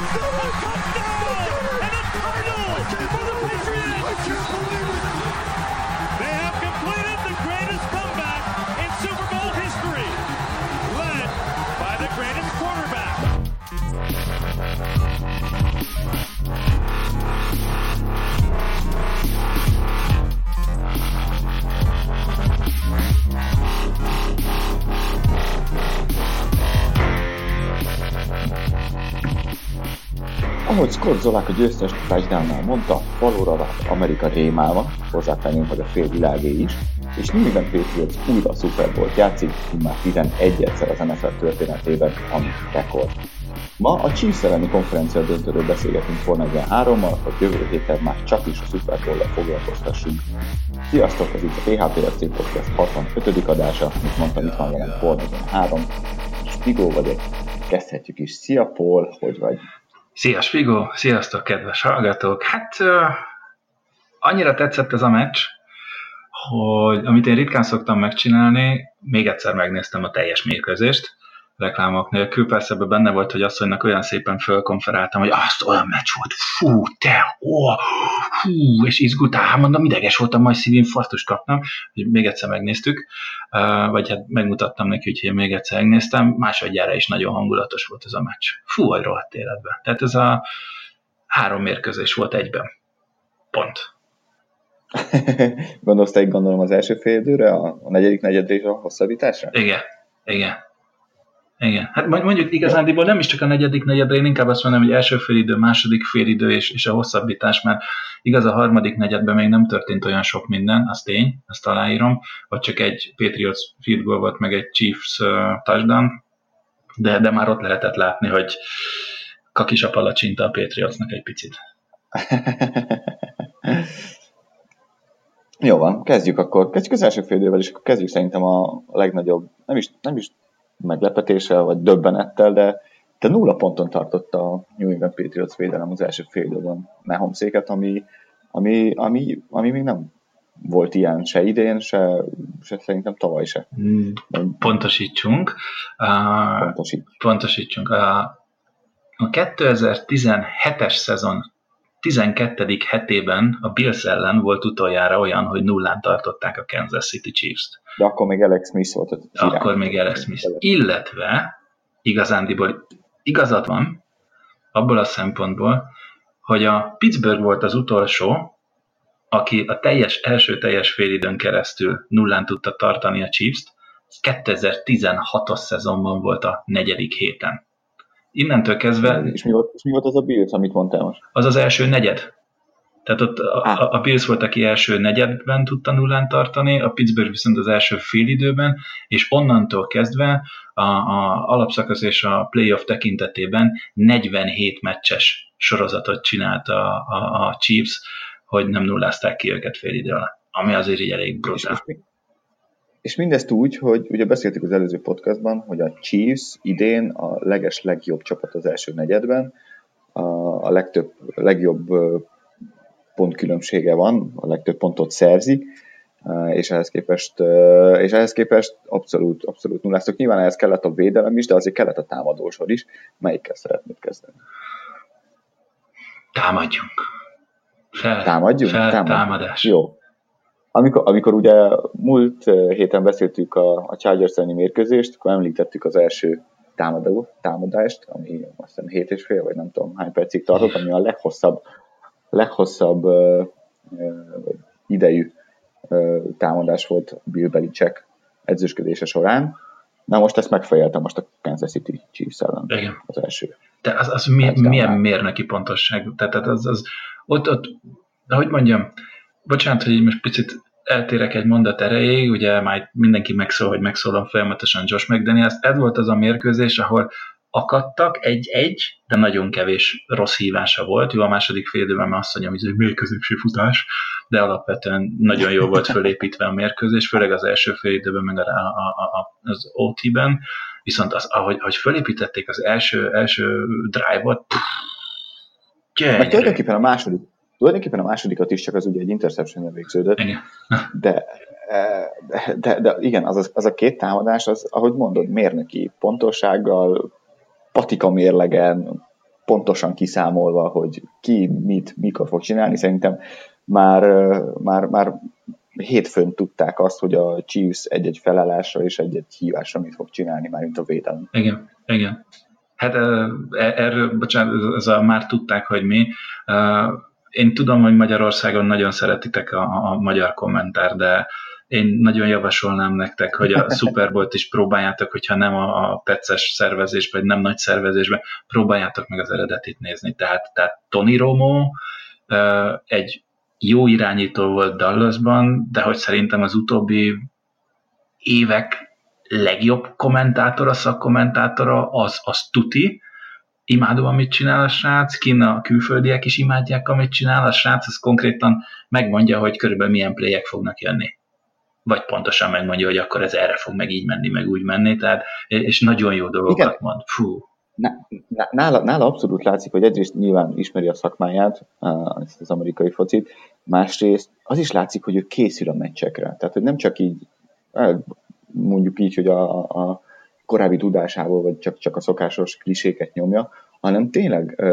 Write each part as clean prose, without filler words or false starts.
Ahogy Scott Zolak a győztes touchdownnál mondta, valóra vált Amerika rémálma, hozzátenném, hogy a fél világé is, és New England Patriots újra a Super Bowl-t játszik, már 11-szer az NFL történetében, ami rekord. Ma a Chiefs elleni konferencia döntőről beszélgetünk Forma 43-mal, hogy jövő héten már csak is a Super Bowl-lal foglalkoztassunk. Sziasztok, ez itt a PHPSC Podcast 65. adása, mint mondtam, itt van velem Forma 43, Spigó vagyok, kezdhetjük is. Szia Paul, hogy vagy? Szia Spigó, sziasztok kedves hallgatók! Hát annyira tetszett ez a meccs, hogy amit én ritkán szoktam megcsinálni, még egyszer megnéztem a teljes mérkőzést, reklámok nélkül. Persze ebben benne volt, hogy asszonynak olyan szépen fölkonferáltam, hogy azt olyan meccs volt, és izgultál, mondom, ideges voltam, majd szívinfarktust kaptam, hogy még egyszer megnéztük, vagy hát megmutattam neki, hogy én még egyszer megnéztem, másodjára is nagyon hangulatos volt ez a meccs. Hogy rohadt életben. Tehát ez a 3 mérkőzés volt egyben. Pont. Gondolsz te, gondolom, az első fél időre, a negyedik negyedre és a hosszabbításra? Igen. Hát mondjuk igazándiból nem is csak a negyedik negyedre, én inkább azt mondom, hogy első félidő, második félidő és a hosszabbítás, mert igaz a harmadik negyedben még nem történt olyan sok minden, az tény, ezt aláírom, vagy csak egy Patriots field goal volt, meg egy Chiefs touchdown, de már ott lehetett látni, hogy kakis a palacsinta a Patriotsnak egy picit. Jó van, kezdjük az első fél idővel, és akkor kezdjük szerintem a legnagyobb, nem is meglepetéssel, vagy döbbenettel, de 0 ponton tartott a New England Patriots védelem az első fél időben Mahomséket, ami még nem volt ilyen se idén, se szerintem tavaly se. Pontosítsunk. A 2017-es szezon 12. hetében a Bills ellen volt utoljára olyan, hogy 0-án tartották a Kansas City Chiefs-t. De akkor még Alex Smith volt. Akkor még Alex Smith. Illetve igazándiból igazad van abból a szempontból, hogy a Pittsburgh volt az utolsó, aki a első teljes félidőn keresztül 0-án tudta tartani a Chiefs-t. 2016-os szezonban volt a 4. héten. Innentől kezdve... És mi volt az a Bills, amit mondtál most? Az az első negyed. Tehát ott a Bills volt, aki első negyedben tudta 0-án tartani, a Pittsburgh viszont az első félidőben, és onnantól kezdve a alapszakasz és a playoff tekintetében 47 meccses sorozatot csinált a Chiefs, hogy nem nullázták ki őket félidő alatt, ami azért így elég brutál. És mindezt úgy, hogy ugye beszéltük az előző podcastban, hogy a Chiefs idén a legjobb csapat az első negyedben, a legjobb pontkülönbsége van, a legtöbb pontot szerzi, és ehhez képest abszolút nulláztak. Nyilván ehhez kellett a védelem is, de azért kellett a támadósor is. Melyikkel szeretnéd kezdeni? Támadjunk. Támadás. Jó. Amikor ugye múlt héten beszéltük a Chargers elleni mérkőzést, akkor említettük az első támadást, ami azt hiszem 7,5 vagy nem tudom hány percig tartott, ami a leghosszabb idejű támadás volt Bill Belichick edzősködése során. Na most ezt megfejelte most a Kansas City Chiefs ellen. Igen. Az első. De az milyen mérnöki pontosság? Tehát az ott, ahogy mondjam, bocsánat, hogy most picit eltérek egy mondat erejéig, ugye már mindenki megszól, hogy megszólom folyamatosan Josh McDaniels. Ez volt az a mérkőzés, ahol akadtak egy-egy, de nagyon kevés rossz hívása volt. Jó, a második fél időben már azt mondjam, hogy ez egy mérkőzési futás, de alapvetően nagyon jó volt fölépítve a mérkőzés, főleg az első fél időben, meg az OT-ben. Viszont ahogy fölépítették az első drive-ot, meg tulajdonképpen a másodikat is csak az ugye egy interception-re végződött. De igen, az a két támadás, az, ahogy mondod, mérnöki pontossággal, patika mérlegen, pontosan kiszámolva, hogy ki mit, mikor fog csinálni. Szerintem már hétfőn tudták azt, hogy a Chiefs egy-egy felállásra és egy-egy hívásra mit fog csinálni, már mint a védelem. Igen. Hát erről, bocsánat, ez már tudták, hogy mi. Én tudom, hogy Magyarországon nagyon szeretitek a magyar kommentár, de én nagyon javasolnám nektek, hogy a Super Bowl-t is próbáljátok, hogyha nem a pecces szervezés, vagy nem nagy szervezésben, próbáljátok meg az eredetit nézni. Tehát Tony Romo egy jó irányító volt Dallasban, de hogy szerintem az utóbbi évek legjobb kommentátora, szakkommentátora, az tuti. Imádom, amit csinál a srác, a külföldiek is imádják, amit csinál a srác, az konkrétan megmondja, hogy körülbelül milyen playek fognak jönni. Vagy pontosan megmondja, hogy akkor ez erre fog meg így menni, meg úgy menni, tehát, és nagyon jó dolgokat igen. Mond. Fú. Nála abszolút látszik, hogy egyrészt nyilván ismeri a szakmáját, ezt az amerikai focit, másrészt az is látszik, hogy ő készül a meccsekre. Tehát, hogy nem csak így, mondjuk így, hogy a korábbi tudásából, vagy csak a szokásos kliséket nyomja, hanem tényleg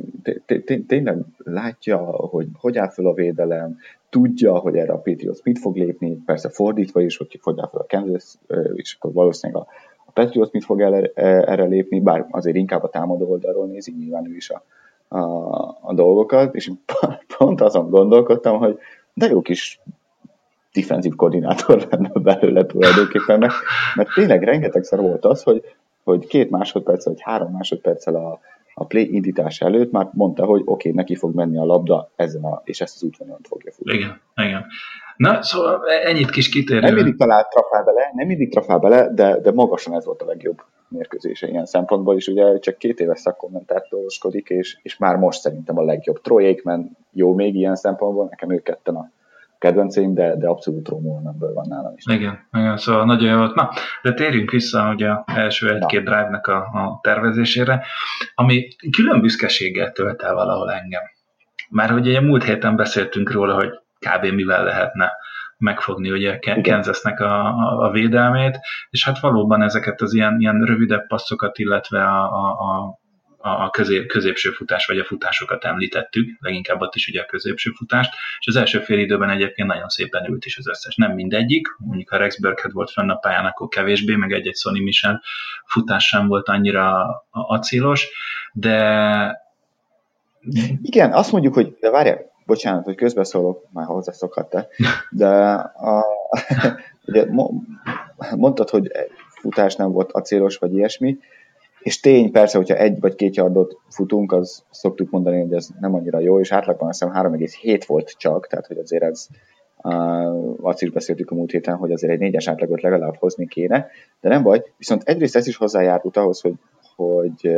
látja, hogy áll fel a védelem, tudja, hogy erre a Patriots mit fog lépni, persze fordítva is, hogy áll fel a Kansas, és akkor valószínűleg a Patriots mit fog erre lépni, bár azért inkább a támadó oldalról nézi nyilván ő is a dolgokat, és pont azon gondolkodtam, hogy de jó kis defensív koordinátor lenne belőle tulajdonképpen, mert tényleg rengetegszer volt az, hogy 2 másodperc vagy 3 másodperccel a play indítás előtt már mondta, hogy oké, neki fog menni a labda és ezt az útvonalon fogja futni. Igen. Na, szóval ennyit kis kitérő. Nem mindig trafál bele, de magasan ez volt a legjobb mérkőzése ilyen szempontból, és ugye csak 2 éves szakkommentátorskodik, és már most szerintem a legjobb. Troy Aikman jó még ilyen szempontból, nekem ők ketten a kedvenceim, de abszolút Romo-nemből van nálam is. Igen, szóval nagyon jó volt. Na, de térjünk vissza ugye az első 1-2 drive-nak a tervezésére, ami külön büszkeséggel tölt el valahol engem. Már ugye múlt héten beszéltünk róla, hogy kb. Mivel lehetne megfogni ugye Kansasnek a védelmét, és hát valóban ezeket az ilyen rövidebb passzokat, illetve a középső futás, vagy a futásokat említettük, leginkább ott is ugye a középső futást, és az első fél időben egyébként nagyon szépen ült is az összes. Nem mindegyik, mondjuk ha Rex Burkhead volt fenn a pályán, akkor kevésbé, meg egy Sonny Michel futás sem volt annyira acélos, de... Igen, azt mondjuk, hogy de várjál, bocsánat, hogy közbeszólok, már hozzászokhattál, de ugye mondtad, hogy futás nem volt acélos, vagy ilyesmi, és tény, persze, hogyha 1 vagy 2 yardot futunk, az szoktuk mondani, hogy ez nem annyira jó, és átlagban azt hiszem 3,7 volt csak, tehát hogy azért ez, azt is beszéltük a múlt héten, hogy azért egy 4-es átlagot legalább hozni kéne, de nem baj, viszont egyrészt ez is hozzájárult ahhoz, hogy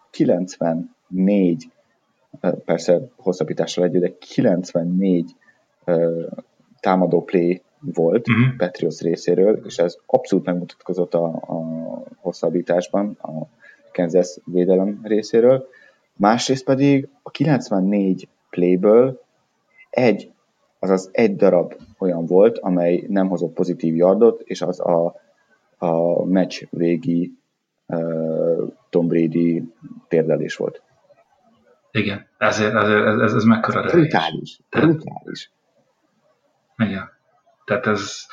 94, persze hosszabbítással együtt, de 94 támadó play volt Patriots részéről, és ez abszolút megmutatkozott a hosszabbításban, a Kansas védelem részéről. Másrészt pedig a 94 playből egy darab olyan volt, amely nem hozott pozitív yardot, és az a meccs végi Tom Brady térdelés volt. Igen, ez mekkora brutális. Igen. Tehát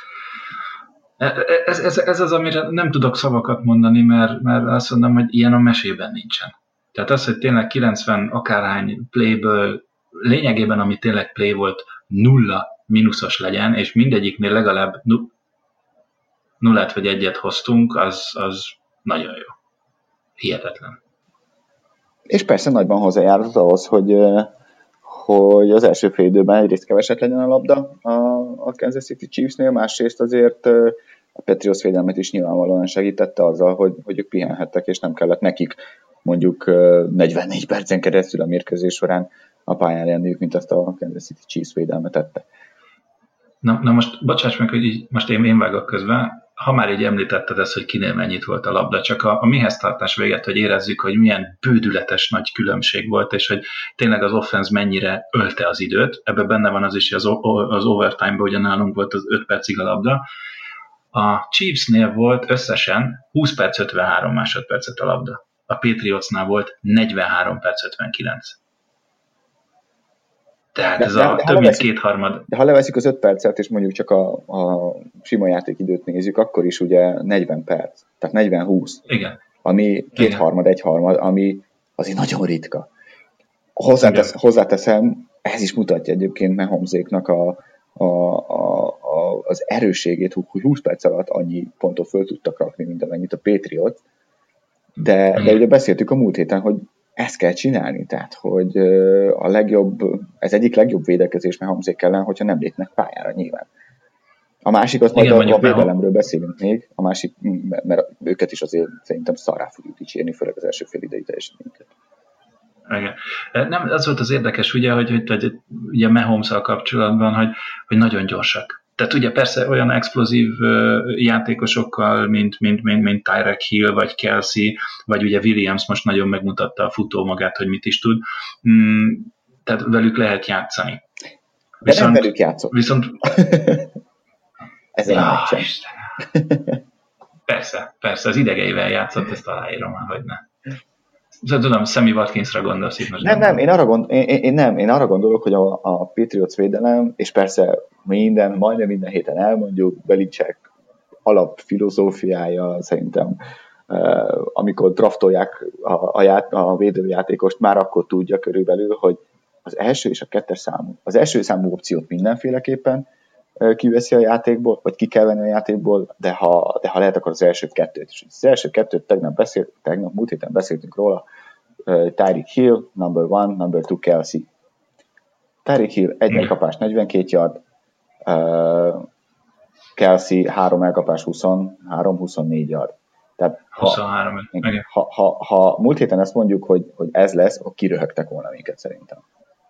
ez az, amire nem tudok szavakat mondani, mert azt mondom, hogy ilyen a mesében nincsen. Tehát az, hogy tényleg 90 akárhány playből, lényegében ami tényleg play volt, 0 mínuszos legyen, és mindegyiknél legalább 0 vagy 1 hoztunk, az nagyon jó. Hihetetlen. És persze nagyban hozzájárult ahhoz, hogy az első fél időben egyrészt keveset legyen a labda a Kansas City Chiefsnél, másrészt azért a Patriots védelmet is nyilvánvalóan segítette azzal, hogy ők pihenhettek, és nem kellett nekik mondjuk 44 percen keresztül a mérkőzés során a pályán lenniük, mint azt a Kansas City Chiefs védelmet tette. Na most, bocsáss meg, hogy így, most én vágok közben, ha már így említetted ezt, hogy kinél mennyit volt a labda, csak a mihez tartás véget, hogy érezzük, hogy milyen bődületes nagy különbség volt, és hogy tényleg az offense mennyire ölte az időt. Ebben benne van az is, hogy az overtime-ban ugye nálunk volt az 5 percig a labda. A Chiefsnél volt összesen 20 perc 53 másodpercet a labda. a Patriotsnál volt 43 perc 59. Tehát ez több mint kétharmad. De ha leveszik az 5 percet, és mondjuk csak a sima játékidőt nézzük, akkor is ugye 40 perc, tehát 40-20. Igen. Ami kétharmad, egyharmad, ami azért nagyon ritka. Hozzáteszem, ez is mutatja egyébként Mahomeséknak az erősségét, hogy 20 perc alatt annyi pontot föl tudtak rakni, mint amennyit a Patriot. De ugye beszéltük a múlt héten, hogy ezt kell csinálni, tehát hogy ez egyik legjobb védekezés Mahomesék ellen, hogyha nem lépnek pályára nyilván. A másik, azt majd a védelemről beszélünk még, a másik, mert őket is azért szerintem szarrá fogjuk dicsérni, főleg az első fél idei teljesítményeket. Igen. Nem, az volt az érdekes, ugye, hogy ugye Mahomes-szal kapcsolatban, hogy nagyon gyorsak. Tehát ugye persze olyan explozív játékosokkal, mint Tyreek Hill, vagy Kelsey, vagy ugye Williams most nagyon megmutatta a futó magát, hogy mit is tud. Tehát velük lehet játszani. De nem velük játszok. Viszont... Ezen a meccsen. Persze, az idegeivel játszott, ezt aláírom már, hogy ne. Tudom, Sammy Watkinsra gondolsz itt most. Nem, én arra gondolok, hogy a Patriots védelem, és persze majdnem minden héten elmondjuk, Belichick alapfilozófiája szerintem, amikor draftolják a védőjátékost, már akkor tudja körülbelül, hogy az első és a kettes számú. Az első számú opciót mindenféleképpen kiveszi a játékból, vagy ki kell venni a játékból, de ha lehet, akkor az első kettőt. És az első kettőt tegnap múlt héten beszéltünk róla, Tyreek Hill, number 1, number 2 Kelsey. Tyreek Hill 1 elkapás 42 yard, Kelsey 3 elkapás 23-24 yard. Tehát ha múlt héten ezt mondjuk, hogy ez lesz, akkor kiröhögtek volna minket szerintem.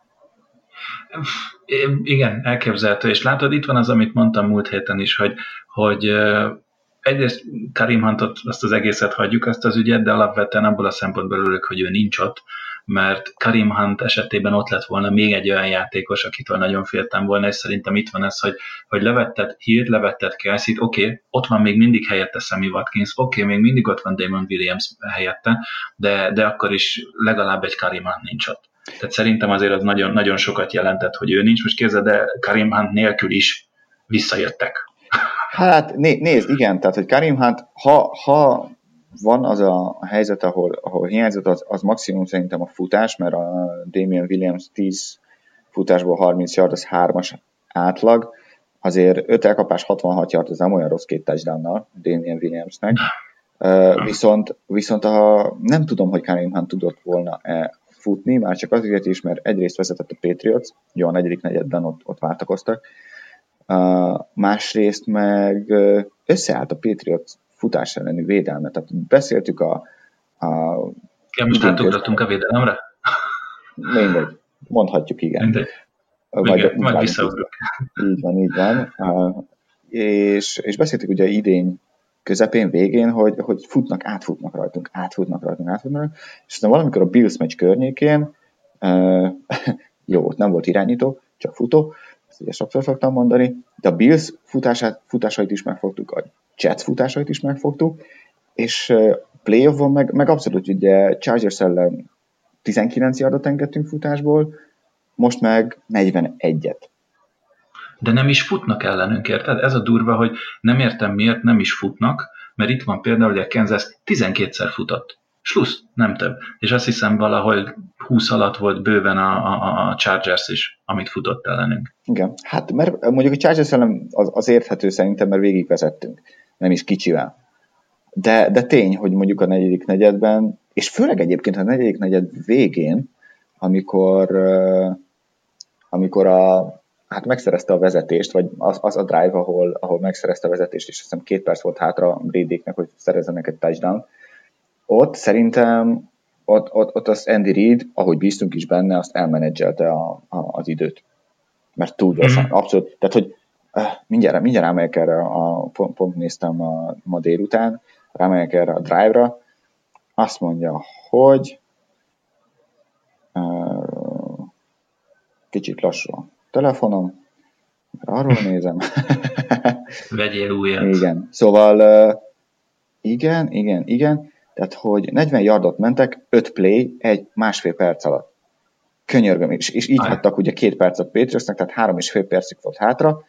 Igen, elképzelhető, és látod, itt van az, amit mondtam múlt héten is, hogy egyrészt Kareem Huntot, azt az egészet hagyjuk, azt az ügyet, de alapvetően abból a szempontból örülök, hogy ő nincs ott, mert Kareem Hunt esetében ott lett volna még egy olyan játékos, akitől nagyon féltem volna, és szerintem itt van ez, hogy levetted Hillt, levetted Kelsey-t, oké, ott van még mindig helyette Sammy Watkins, oké, még mindig ott van Damon Williams helyette, de akkor is legalább egy Kareem Hunt nincs ott. Tehát szerintem azért az nagyon, nagyon sokat jelentett, hogy ő nincs. Most képzeld, de Kareem Hunt nélkül is visszajöttek. Hát nézd, igen, tehát hogy Kareem Hunt, ha van az a helyzet, ahol hiányzott, az maximum szerintem a futás, mert a Damien Williams 10 futásból 30 yard, az 3-as átlag, azért 5 elkapás 66 yard, az nem olyan rossz 2 touchdownnal Damien Williamsnek. Viszont nem tudom, hogy Kareem Hunt tudott volna futni, már csak azért is, mert egyrészt vezetett a Patriots, jó, a negyedik negyedben ott váltakoztak, másrészt meg összeállt a Patriots futás elleni védelmet. Tehát beszéltük most átugratunk a védelemre? Mindegy, mondhatjuk, igen. Mindegy. Majd visszaugrok. Így van. És beszéltük ugye idény közepén, végén, hogy átfutnak rajtunk, és aztán valamikor a Bills meccs környékén, jó, ott nem volt irányító, csak futó, ezt ugye sokszor szoktam mondani, de a Bills futásait is megfogtuk, a Jets futásait is megfogtuk, és playoffon meg abszolút ugye Chargers ellen 19 yardot engedtünk futásból, most meg 41-et. De nem is futnak ellenünk, érted? Ez a durva, hogy nem értem miért nem is futnak, mert itt van például, hogy a Kansas 12-szer futott. Slussz, nem több. És azt hiszem valahol 20 alatt volt bőven a Chargers is, amit futott ellenünk. Igen, hát mert mondjuk a Chargers ellen az érthető szerintem, mert végigvezettünk, nem is kicsivel. De tény, hogy mondjuk a negyedik negyedben, és főleg egyébként a negyedik negyed végén, amikor hát megszerezte a vezetést, vagy az a drive, ahol megszerezte a vezetést, és azt hiszem 2 perc volt hátra Bradynek, hogy szerezzenek egy touchdown. Ott szerintem ott az Andy Reid, ahogy bíztunk is benne, azt elmenedzselte az időt. Mert túl gyorsan, abszolút. Tehát, hogy mindjárt rámegyek erre, pont néztem ma délután, rámegyek erre a drive-ra, azt mondja, hogy kicsit lassú a telefonom, mert arról nézem. Vegyél újat. Igen, szóval igen, Tehát, hogy 40 yardot mentek, 5 play, egy 1,5 perc alatt. Könyörgöm, és így hagytak ugye 2 percet Patriotsnak, tehát 3,5 percig volt hátra.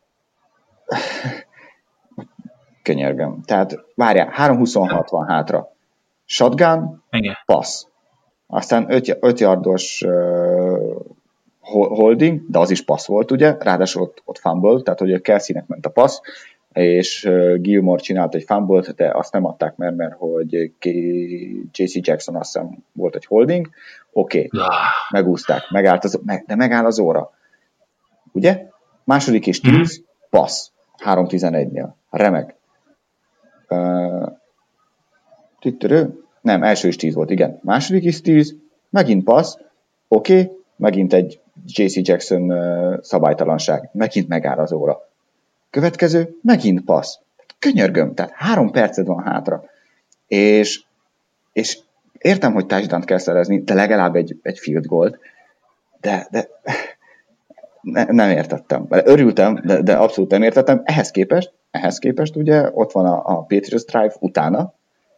Könyörgöm. Tehát várjál, 3:26 van hátra. Shotgun, passz. Aztán 5 yardos holding, de az is passz volt, ugye? Ráadásul ott fumble, tehát hogy a Kelseynek ment a passz, és Gilmore csinált egy fumble-t, de azt nem adták mert hogy J.C. Jackson azt hiszem volt egy holding. Oké, megúzták, de megáll az óra. Ugye? Második és 10, passz. 3:11-nél. Remek. Nem, első is 10 volt, igen. Második is 10, megint passz, oké, megint egy J.C. Jackson szabálytalanság, megint megáll az óra. Következő, megint passz. Könyörgöm, tehát 3 perced van hátra. És értem, hogy touchdownt kell szerezni, de legalább egy field goalt, de nem értettem. Örültem, de abszolút nem értettem. Ehhez képest ugye ott van a Patriots Drive utána.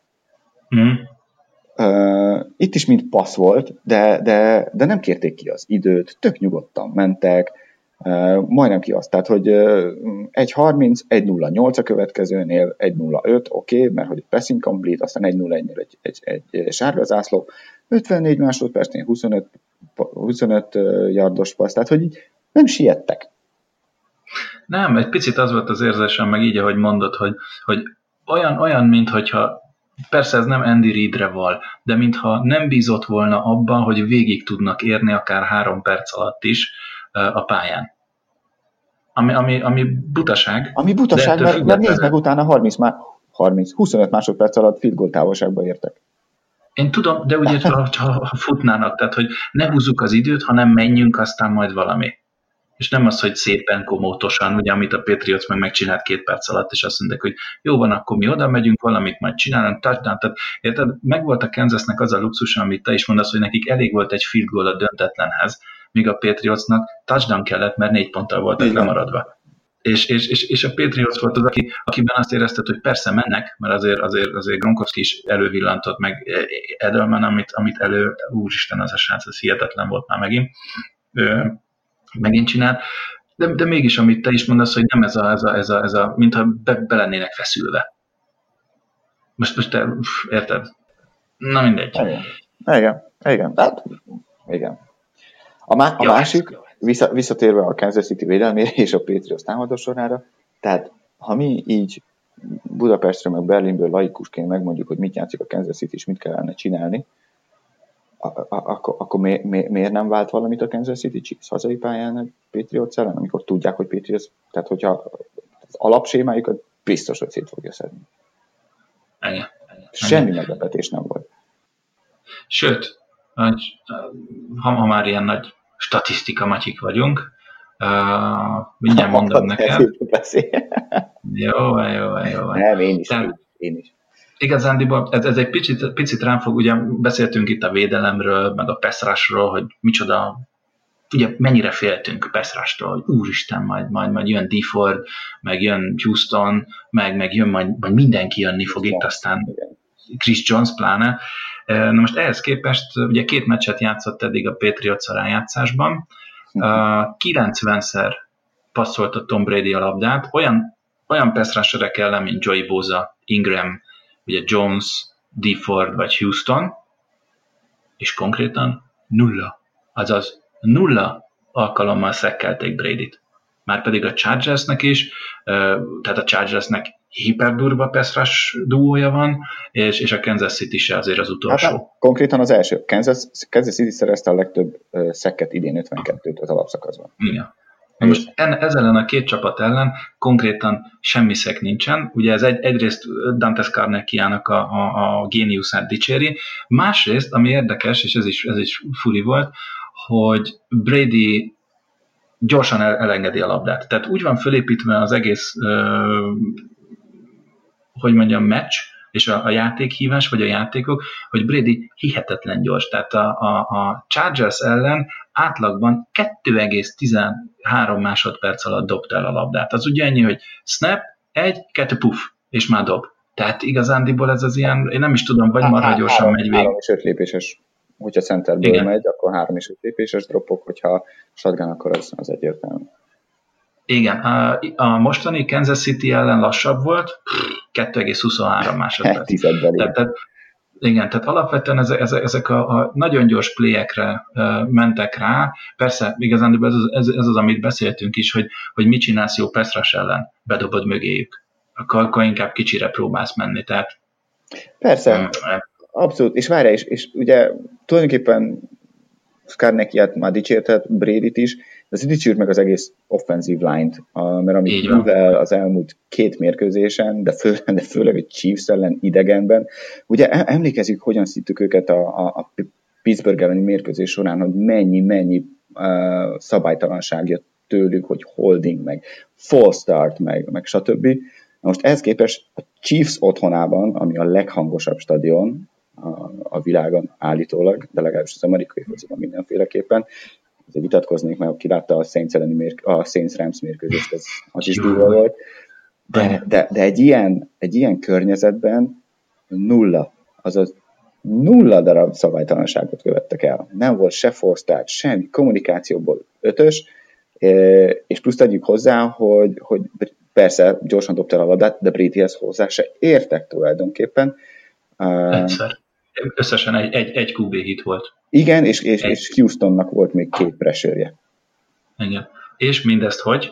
Itt is mind passz volt, de nem kérték ki az időt, tök nyugodtan mentek, majdnem ki azt, tehát, hogy 1:30, 1:08 a következőnél, 1:05, oké, mert hogy passing complete, aztán 1:01-nél egy sárga zászló, 54 másodpercnél 25 yardos passz, tehát, hogy így nem siettek. Nem, egy picit az volt az érzésem, meg így, ahogy mondod, hogy olyan mintha persze ez nem Andy Reidre val, de mintha nem bízott volna abban, hogy végig tudnak érni akár 3 perc alatt is a pályán. Ami butaság. Ami butaság, mert nézd meg utána 25 másodperc alatt field goal távolságba értek. Én tudom, de ugye, ha futnának, tehát hogy ne húzzuk az időt, hanem menjünk, aztán majd valami. És nem az, hogy szépen komótosan, ugye, amit a Patriots megcsinált 2 perc alatt, és azt mondják, hogy jó van, akkor mi oda megyünk, valamit majd csinálunk, touchdown. Tehát érted, megvolt a Kansasnek az a luxus, amit te is mondasz, hogy nekik elég volt egy field goal a döntetlenhez, míg a Patriotsnak touchdown kellett, mert 4 ponttal voltak lemaradva. És a Patriots volt az, akiben azt érezted, hogy persze mennek, mert azért Gronkowski is elővillantott, meg Edelman, amit úristen, az a srác, az hihetetlen volt már megint csinál, de mégis, amit te is mondasz, hogy nem ez a mintha be lennének feszülve. Most te érted? Na mindegy. Igen. A másik, visszatérve a Kansas City védelmére és a Patriots támadósorára, tehát ha mi így Budapestről meg Berlinből laikusként megmondjuk, hogy mit játszik a Kansas City és mit kellene csinálni, akkor miért nem vált valamit a Kansas City Chiefs hazai pályán a Patriots ellen, amikor tudják, hogy Patriots, tehát hogyha az alapsémájukat biztos, hogy szét fogja szedni. Semmi meglepetés nem volt. Sőt, ha már ilyen nagy statisztika matyik vagyunk, mindjárt mondom neked. Jó. Nem, én is. Igazándiból ez egy picit rám fog, ugye beszéltünk itt a védelemről, meg a pass rushról, hogy micsoda, ugye mennyire féltünk pass rushról, hogy úristen, majd jön DeFord, meg jön Houston, meg jön majd mindenki jönni fog itt, aztán Chris Jones pláne. Na most ehhez képest, ugye 2 meccset játszott eddig a Patriots a rájátszásban, 90-szer passzolt a Tom Brady a labdát, olyan pass rusherek ellen, mint Joey Bosa, Ingram, ugye Jones, DeFord vagy Houston, és konkrétan 0. Azaz 0 alkalommal szekkelték Bradyt. Márpedig a Chargersnek is, tehát a Chargersnek hiperdurva pass rush duója van, és a Kansas City se azért az utolsó. Hát, konkrétan az első. Kansas City szerezte a legtöbb szekket idén, 52-t az alapszakaszban. Igen. Most ez ellen a 2 csapat ellen konkrétan semmi szek nincsen. Ugye ez egyrészt Dante Scarnecchiának a géniuszát dicséri, másrészt, ami érdekes, és ez is furi volt, hogy Brady gyorsan elengedi a labdát. Tehát úgy van fölépítve az egész meccs, és a játékhívás, vagy a játékok, hogy Brady hihetetlen gyors. Tehát a Chargers ellen átlagban 2,13 másodperc alatt dobta el a labdát. Az ugye ennyi, hogy snap, 1, 2 puff, és már dob. Tehát igazándiból ez az ilyen, én nem is tudom, vagy marha gyorsan megy végig. 3 és 5 lépéses, hogyha centerből megy, akkor 3 és 5 lépéses dropok, hogyha shotgun, akkor az egyértelmű. Igen, a mostani Kansas City ellen lassabb volt, 2,23 másodperc. Igen, tehát alapvetően ezek a nagyon gyors playekre mentek rá. Persze, igazán ez az, amit beszéltünk is, hogy mit csinálsz jó pass rush ellen, bedobod mögéjük. Akkor inkább kicsire próbálsz menni. Tehát, persze, abszolút. És várjál, és ugye tulajdonképpen Skarnekiát már dicsérted, Bradyt is, de az dicsért meg az egész offenzív line-t, mert amit művel az elmúlt 2 mérkőzésen, de főleg a Chiefs ellen idegenben, ugye emlékezzük, hogyan szíttük őket a Pittsburgh elleni mérkőzés során, hogy mennyi szabálytalanság jött tőlük, hogy holding, meg false start, meg stb. Most ehhez képest a Chiefs otthonában, ami a leghangosabb stadion a világon állítólag, de legalábbis az amerikai fociban mindenféleképpen. Azért vitatkoznék, mert aki látta a Saints Rams mérkőzést, az is durva volt. De egy ilyen környezetben azaz 0 darab szabálytalanságot követtek el. Nem volt se force-start, semmi, kommunikációból 5-ös, és plusz tegyük hozzá, hogy persze gyorsan dobta a labdát, de Bradyhez hozzá se értek tulajdonképpen. Egyszer. Összesen egy QB hit volt. Igen, és Houstonnak volt még 2 pressure-je. Igen. És mindezt hogy?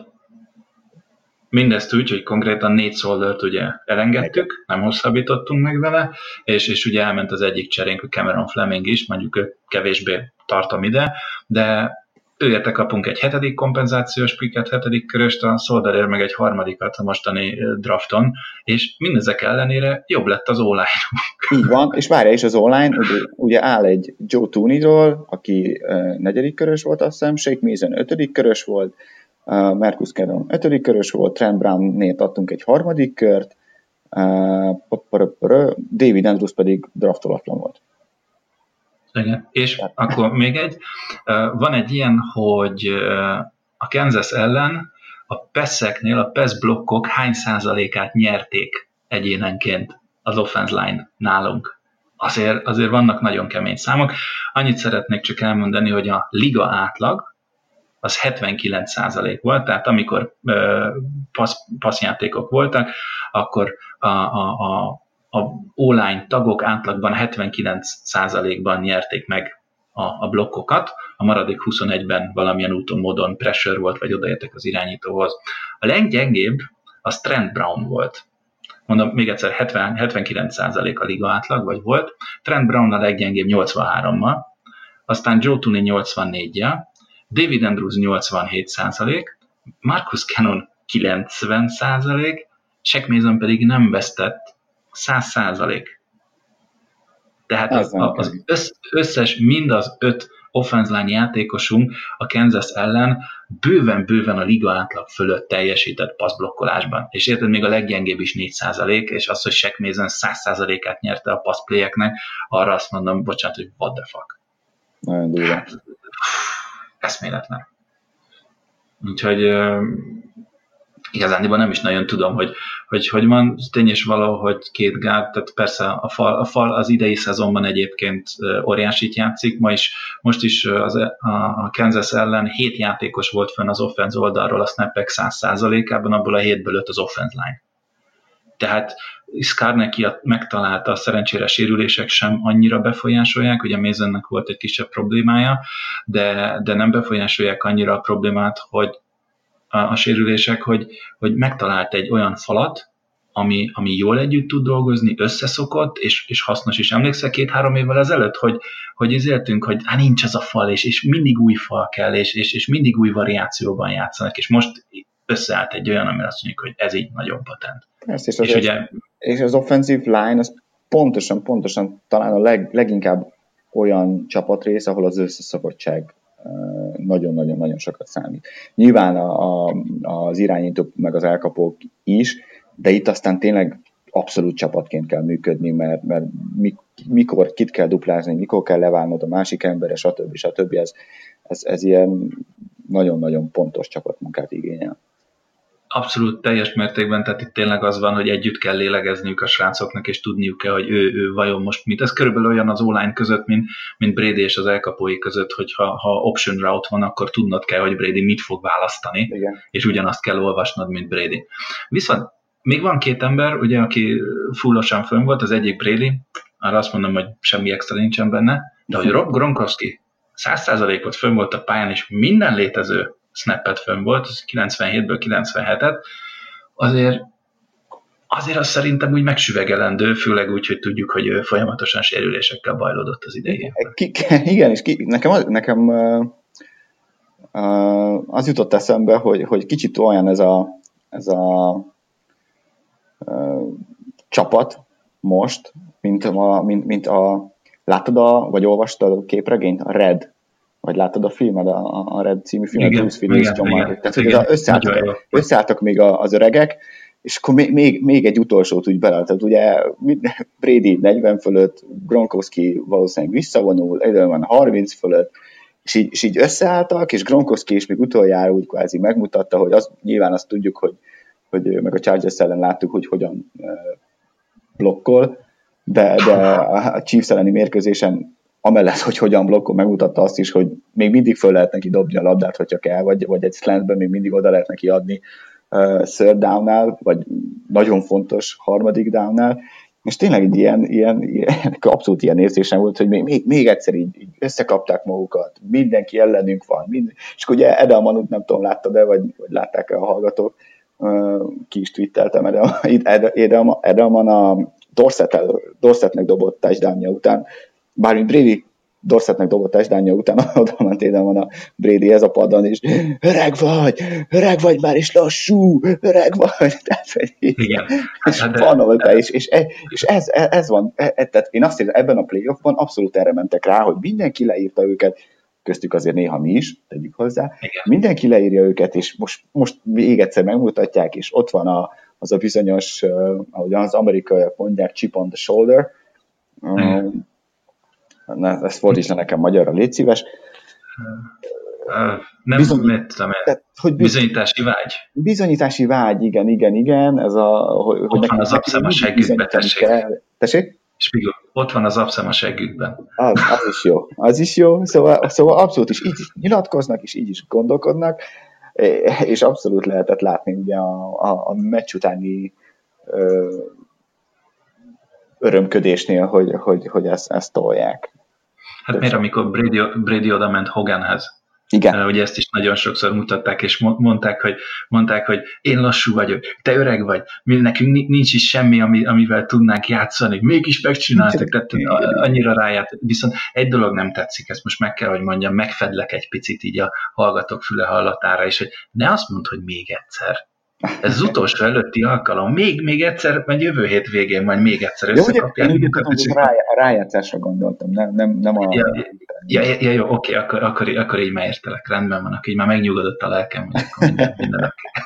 Mindezt úgy, hogy konkrétan 4 Soldert ugye elengedtük, nem hosszabbítottunk meg vele, és ugye elment az egyik cserénk, a Cameron Fleming is, mondjuk ő kevésbé tartom ide, de őérte kapunk egy 7. kompenzációs picket, 7. köröst, a Solderért meg egy 3. a mostani drafton, és mindezek ellenére jobb lett az O-line. Így van, és várja is az O-line, ugye áll egy Joe Tooney-ról, aki 4. körös volt, azt hiszem, Shake Mason 5. körös volt, Marcus Cannon 5. körös volt, Trent Brown-nét adtunk egy 3. kört, David Andrews pedig draftolatlan volt. Igen. És akkor még van egy ilyen, hogy a Kansas ellen a passzeknél a pass blokkok hány százalékát nyerték egyénenként az offense line nálunk. Azért vannak nagyon kemény számok. Annyit szeretnék csak elmondani, hogy a liga átlag az 79% volt, tehát amikor passzjátékok voltak, akkor a O-line tagok átlagban 79%-ban nyerték meg a blokkokat, a maradék 21-ben valamilyen úton, módon pressure volt, vagy odaértek az irányítóhoz. A leggyengébb az Trent Brown volt. Mondom, még egyszer 79% a liga átlag, vagy volt. Trent Brown a leggyengébb 83-mal, aztán Joe Tooney 84-jel, David Andrews 87%, Marcus Cannon 90%, Shaq Mason pedig nem vesztett 100%. Tehát az összes, mind az 5 offense line játékosunk a Kansas ellen bőven a liga átlag fölött teljesített passzblokkolásban. És érted, még a leggyengébb is 4%, és az, hogy Shaq Mason 100%-át nyerte a passzplayeknek, arra azt mondom, bocsánat, hogy what the fuck. Nagyon durva. Hát, eszméletlen. Úgyhogy igazándiban nem is nagyon tudom, hogy van tény és való, hogy 2 gárd, tehát persze a fal az idei szezonban egyébként óriásit játszik, most is a Kansas ellen 7 játékos volt fenn az offense oldalról a snappek 100%-ában, abból a 7-ből 5 az offense line. Tehát Skarnecki megtalálta, szerencsére sérülések sem annyira befolyásolják, ugye Masonnek volt egy kisebb problémája, de nem befolyásolják annyira a problémát, hogy a sérülések, hogy megtalált egy olyan falat, ami jól együtt tud dolgozni, összeszokott, és hasznos is. Emlékszel 2-3 évvel ezelőtt, hogy izéltünk, hogy nincs ez a fal, és mindig új fal kell, és mindig új variációban játszanak, és most összeállt egy olyan, amire azt mondjuk, hogy ez így nagyon patent. Persze, és az offensive line az pontosan talán a leginkább olyan csapatrész, ahol az összeszokottság nagyon-nagyon sokat számít. Nyilván az irányítók meg az elkapók is, de itt aztán tényleg abszolút csapatként kell működni, mert mikor kit kell duplázni, mikor kell leválnod a másik emberre, stb. Ez ilyen nagyon-nagyon pontos csapatmunkát igényel. Abszolút teljes mértékben, tehát itt tényleg az van, hogy együtt kell lélegezniük a srácoknak, és tudniuk kell, hogy ő vajon most mit. Ez körülbelül olyan az O-line között, mint Brady és az elkapói között, hogy ha option route van, akkor tudnod kell, hogy Brady mit fog választani, igen. És ugyanazt kell olvasnod, mint Brady. Viszont még van két ember, ugye, aki fullosan fönn volt, az egyik Brady, arra azt mondom, hogy semmi extra nincsen benne, de hogy Rob Gronkowski 100%-ot fönn volt a pályán, és minden létező snappet fönn volt, 97-ből 97-et, azért az szerintem úgy megsüvegelendő, főleg úgy, hogy tudjuk, hogy ő folyamatosan sérülésekkel bajlódott az idején. Igen, és nekem az jutott eszembe, hogy kicsit olyan ez a csapat most, mint a láttad vagy olvastad a képregényt, a Red, vagy láttad a filmed, a Red című filmet, Bruce Willis, John Malkovich. Tehát összeálltak még az öregek, és akkor még egy utolsót úgy bele. Tehát ugye Brady 40 fölött, Gronkowski valószínűleg visszavonul, Edelman 30 fölött, és így összeálltak, és Gronkowski is még utoljára úgy kvázi megmutatta, hogy nyilván azt tudjuk, hogy meg a Chargers ellen láttuk, hogy hogyan blokkol, de a Chiefs elleni mérkőzésen amellett, hogy hogyan blokkol, megmutatta azt is, hogy még mindig föl lehet neki dobni a labdát, hogyha kell, vagy egy slantben még mindig oda lehet neki adni third downnál, vagy nagyon fontos harmadik downnál, és tényleg egy ilyen abszolút ilyen érzésem volt, hogy még egyszer így összekapták magukat, mindenki ellenünk van, és akkor ugye Edelman, nem tudom, láttad-e, vagy látták-e a hallgatók, ki is twitteltem, Edelman a Dorsetnek dobott touchdownja után, bármint Brady Dorsetnek dobott touchdownja után oda ment Edelman a Brady ez a padon, és öreg vagy már, és lassú, öreg vagy. Tehát, igen. És ez van, tehát én azt érzem, ebben a playoffban abszolút erre mentek rá, hogy mindenki leírta őket, köztük azért néha mi is, tegyük hozzá, igen. Mindenki leírja őket, és most még egyszer megmutatják, és ott van az a bizonyos, ahogy az amerikaiak mondják, chip on the shoulder. Ezt fordítsd nekem magyarra, légy szíves. Bizonyítási vágy. Bizonyítási vágy, igen. Ez ott van az abszem a seggükben, tessék? Spigol, ott van az abszem a seggükben. Az is jó. Szóval abszolút is így is nyilatkoznak, és így is gondolkodnak, és abszolút lehetett látni ugye a meccs utáni örömködésnél, hogy ezt tolják. Hát miért, amikor Brady oda ment Hoganhez? Igen. Ugye ezt is nagyon sokszor mutatták, és mondták, hogy én lassú vagyok, te öreg vagy, nekünk nincs is semmi, amivel tudnánk játszani, mégis megcsináltak, tehát annyira ráját. Viszont egy dolog nem tetszik, ezt most meg kell, hogy mondjam, megfedlek egy picit így a hallgatók füle hallatára, és hogy ne azt mondd, hogy még egyszer. Ez az utolsó előtti alkalom. Még egyszer, vagy jövő hét végén majd még egyszer összekapják. Jó, a rájátszásra gondoltam, nem a... Jó, oké, akkor így már értelek. Rendben van, akkor így már megnyugodott a lelkem, hogy akkor minden oké.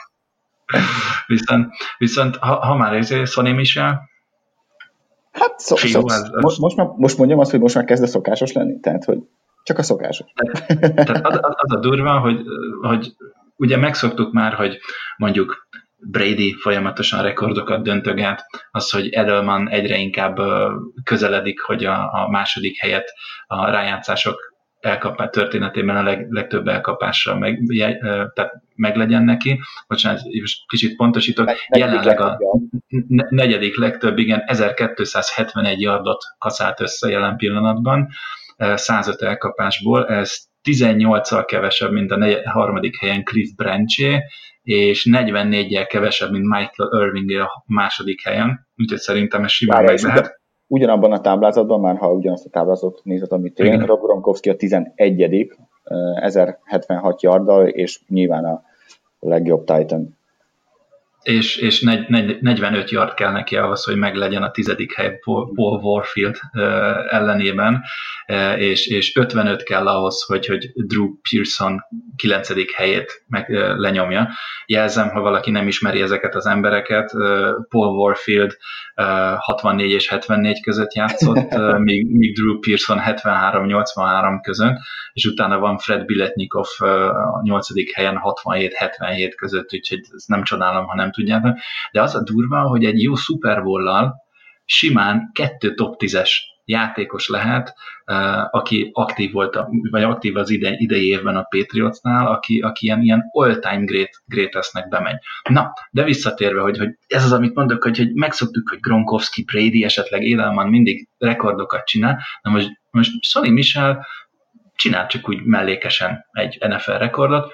Viszont ha már ezért Sonny Michel... Hát most mondjam azt, hogy most már kezd a szokásos lenni? Tehát, hogy csak a szokásos. Tehát az a durva, hogy ugye megszoktuk már, hogy mondjuk Brady folyamatosan rekordokat döntöget, az, hogy Edelman egyre inkább közeledik, hogy a második helyet a rájátszások történetében a legtöbb elkapással meglegyen neki. Bocsánat, kicsit pontosítok, jelenleg a negyedik legtöbb, igen, 1271 yardot kaszált össze jelen pillanatban, 105 elkapásból, ez 18-al kevesebb, mint a harmadik helyen Cliff Branché, és 44-jel kevesebb, mint Michael Irving a második helyen, úgyhogy szerintem ez simán meg lehet. Ugyanabban a táblázatban, már ha ugyanazt a táblázatot nézed, amit én, Rob Gronkowski a 11. 1076 yarddal, és nyilván a legjobb Titan. és 45 yard kell neki ahhoz, hogy meglegyen a 10. hely Paul Warfield ellenében, és 55 kell ahhoz, hogy Drew Pearson 9. helyét lenyomja. Jelzem, ha valaki nem ismeri ezeket az embereket, Paul Warfield 64 és 74 között játszott, míg Drew Pearson 73-83 között, és utána van Fred Biletnikov a 8. helyen 67-77 között, úgyhogy ezt nem csodálom, ha nem tudjátok. De az a durva, hogy egy jó Super Bowl-lal simán 2 top 10-es játékos lehet, aki aktív volt, vagy aktív az idei évben a Patriotsnál, aki ilyen all-time greatestnek bemegy. Na, de visszatérve, hogy ez az, amit mondok, hogy megszoktuk, hogy Gronkowski, Brady, esetleg Edelman mindig rekordokat csinál, na most Sonny Michel csinál csak úgy mellékesen egy NFL rekordot.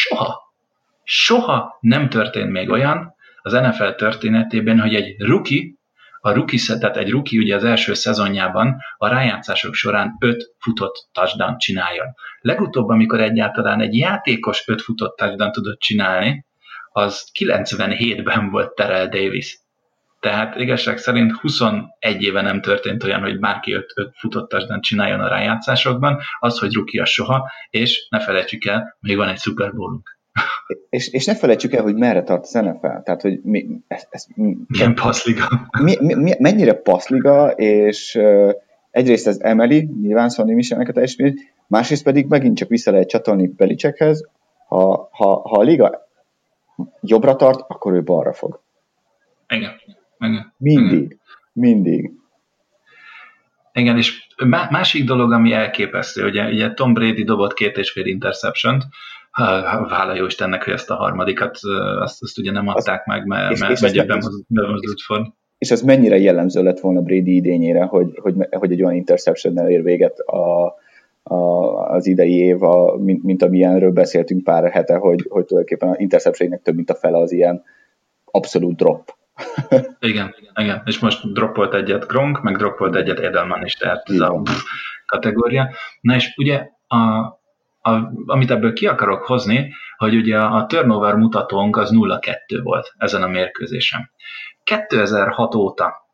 Soha nem történt még olyan az NFL történetében, hogy egy rookie, tehát egy rookie ugye az első szezonjában a rájátszások során 5 futott touchdown csináljon. Legutóbb, amikor egyáltalán egy játékos 5 futott touchdown tudott csinálni, az 97-ben volt Terrell Davis. Tehát igazság szerint 21 éve nem történt olyan, hogy bárki 5 futott touchdown csináljon a rájátszásokban, az, hogy rookie az soha, és ne felejtsük el, még van egy Super Bowlunk. És ne felejtsük el, hogy merre tart az NFL. Tehát, hogy milyen passzliga. Mennyire passzliga, és egyrészt ez emeli, nyilván Sonny Michelnek a teljesítményt, másrészt pedig megint csak vissza lehet csatolni Belichickhez. Ha a liga jobbra tart, akkor ő balra fog. Igen. Mindig. Igen, és másik dolog, ami elképesztő, ugye Tom Brady dobott 2,5 interceptiont, hála jó Istennek, hogy ezt a harmadikat, azt ugye nem adták meg, mert bemozdult Ford. És az mennyire jellemző lett volna Brady idényére, hogy egy olyan interceptionnel ér véget az idei év, mint amilyenről beszéltünk pár hete, hogy tulajdonképpen az interceptionnek több mint a fele az ilyen abszolút drop. Igen, és most droppolt egyet Gronk, meg droppolt egyet Edelman is, tehát ez a kategória. Na és ugye amit ebből ki akarok hozni, hogy ugye a turnover mutatónk az 0-2 volt ezen a mérkőzésen. 2006 óta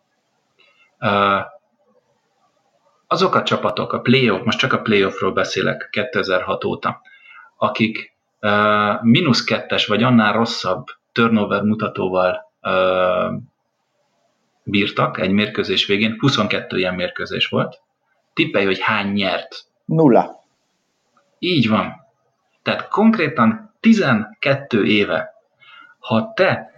azok a csapatok, a playoff, most csak a playoffról beszélek 2006 óta, akik -2-es vagy annál rosszabb turnover mutatóval bírtak egy mérkőzés végén, 22 ilyen mérkőzés volt. Tippelj, hogy hány nyert? 0. Így van. Tehát konkrétan 12 éve, ha te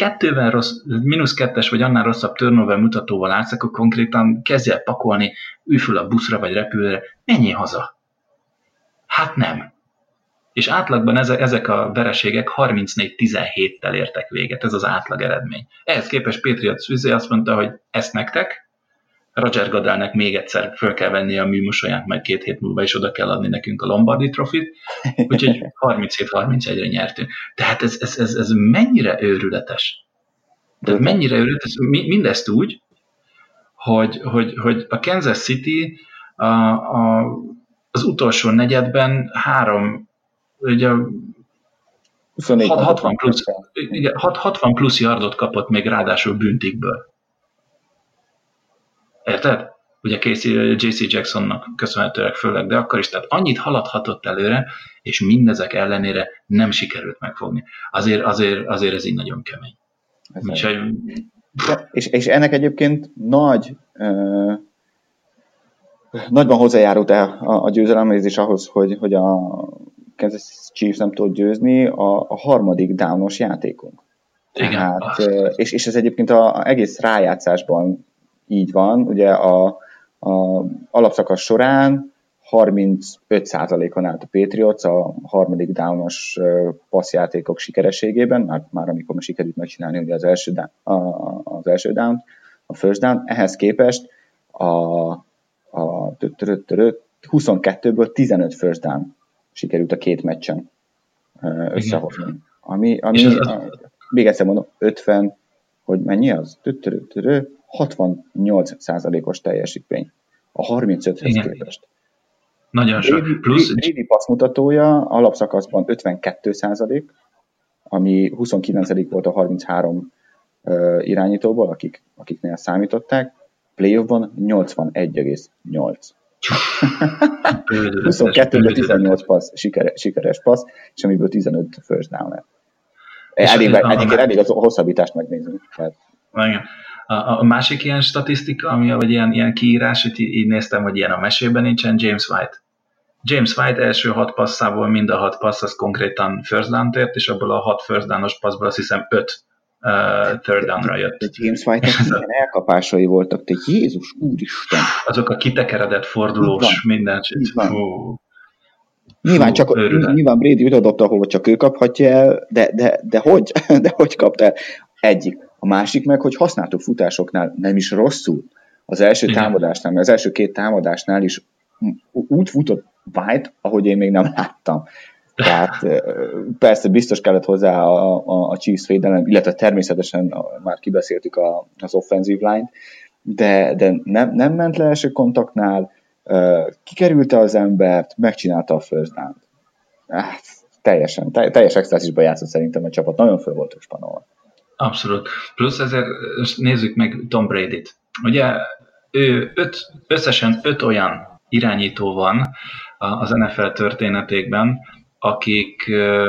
-2-es vagy annál rosszabb turnover mutatóval állsz, akkor konkrétan kezdj el pakolni, ülj föl a buszra vagy repülőre, menjél haza. Hát nem. És átlagban ezek a vereségek 34-17-tel értek véget, ez az átlag eredmény. Ehhez képest Patriots azt mondta, hogy ezt nektek, Roger Goodellnek még egyszer föl kell venni a műmosolyát, majd 2 hét múlva is oda kell adni nekünk a Lombardi trofit, úgyhogy 37-31-re nyertünk. Tehát ez mennyire őrületes. Tehát mennyire őrületes, mindezt úgy, hogy a Kansas City az utolsó negyedben 60 plusz yardot kapott még ráadásul büntikből. Érted? Ugye JC Jacksonnak köszönhetőleg főleg, de akkor is, tehát annyit haladhatott előre, és mindezek ellenére nem sikerült megfogni. Azért ez így nagyon kemény. És ennek egyébként nagyban hozzájárult a győzelemhez is ahhoz, hogy a Kansas Chiefs nem tudott győzni a harmadik downos játékunk. Igen. Tehát, és ez egyébként az egész rájátszásban így van, ugye a alapszakasz során 35%-on állt a Patriots a harmadik downos passzjátékok sikerességében, már amikor sikerült megcsinálni ugye az első down, a first down, ehhez képest a 22-ből 15 first down sikerült a 2 meccsen összehozni. Ami még egyszer mondom, 50, hogy mennyi az? 68%-os teljesítmény. A 35-höz képest. Nagyon sok. Brady passz mutatója alapszakaszban 52%, ami 29. volt a 33 irányítóból, akiknél számították, playoffban 81,8. 22-ből 18 passz, sikeres passz, és amiből 15 first down. Elég az hosszabbítást megnézni. Tehát. A másik ilyen statisztika, vagy ilyen kiírás, hogy így néztem, hogy ilyen a mesében nincsen, James White. James White első 6 passzából mind a 6 passz az konkrétan first down-t ért, és abból a 6 first down-os passzból azt hiszem 5 third down-ra jött. De James White-nak milyen elkapásai voltak, te Jézus úristen! Azok a kitekeredett fordulós, minden. Nyilván Brady ütődött, ahova csak ő kaphatja el, de hogy? De hogy kapta el? Egyik. A másik meg, hogy használtuk futásoknál nem is rosszul. Az első támadásnál, mert az első 2 támadásnál is úgy futott White, ahogy én még nem láttam. Tehát persze biztos kellett hozzá a Chiefs védelem, illetve természetesen már kibeszéltük az offensive line-t, de nem ment le első kontaktnál, kikerülte az embert, megcsinálta a first down-t. Teljes extázisban játszott szerintem a csapat, nagyon föl volt spanolva. Abszolút. Plusz ezért nézzük meg Tom Brady-t. Ugye ő összesen 5 olyan irányító van az NFL történetékben, akik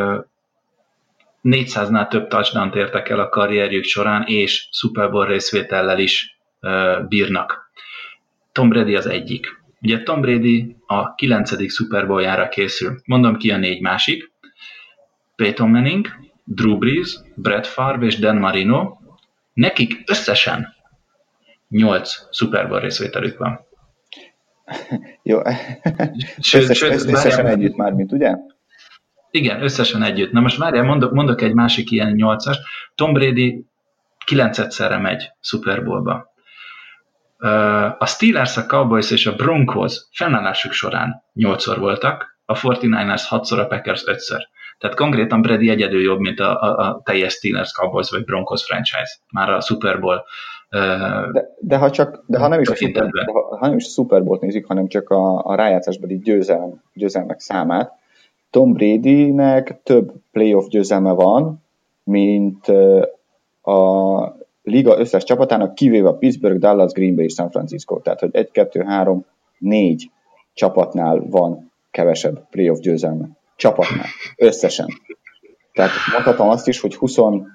400-nál több touchdown-t értek el a karrierjük során, és Super Bowl részvétellel is bírnak. Tom Brady az egyik. Ugye Tom Brady a 9. Super Bowl-jára készül. Mondom ki a 4 másik. Peyton Manning, Drew Brees, Brett Favre és Dan Marino. Nekik összesen 8 Super Bowl részvételük van. Jó. Összesen együtt már, mint ugye? Igen, összesen együtt. Na most várjál, mondok egy másik ilyen 8-as. Tom Brady 9-szerre megy Super Bowlba. A Steelers, a Cowboys és a Broncos fennállásuk során 8-szor voltak, a 49ers 6-szor, a Packers 5-ször. Tehát konkrétan Brady egyedül jobb, mint a teljes Steelers, Cowboys vagy Broncos franchise. Már a Super Bowl. Ha nem is a Super Bowl-t nézik, hanem csak a rájátszásbeli győzelmek számát, Tom Bradynek több playoff győzelme van, mint a liga összes csapatának, kivéve a Pittsburgh, Dallas, Green Bay és San Francisco. Tehát, hogy 1, 2, 3, 4 csapatnál van kevesebb playoff győzelme. Csapatnál. Összesen. Tehát mondhatom azt is, hogy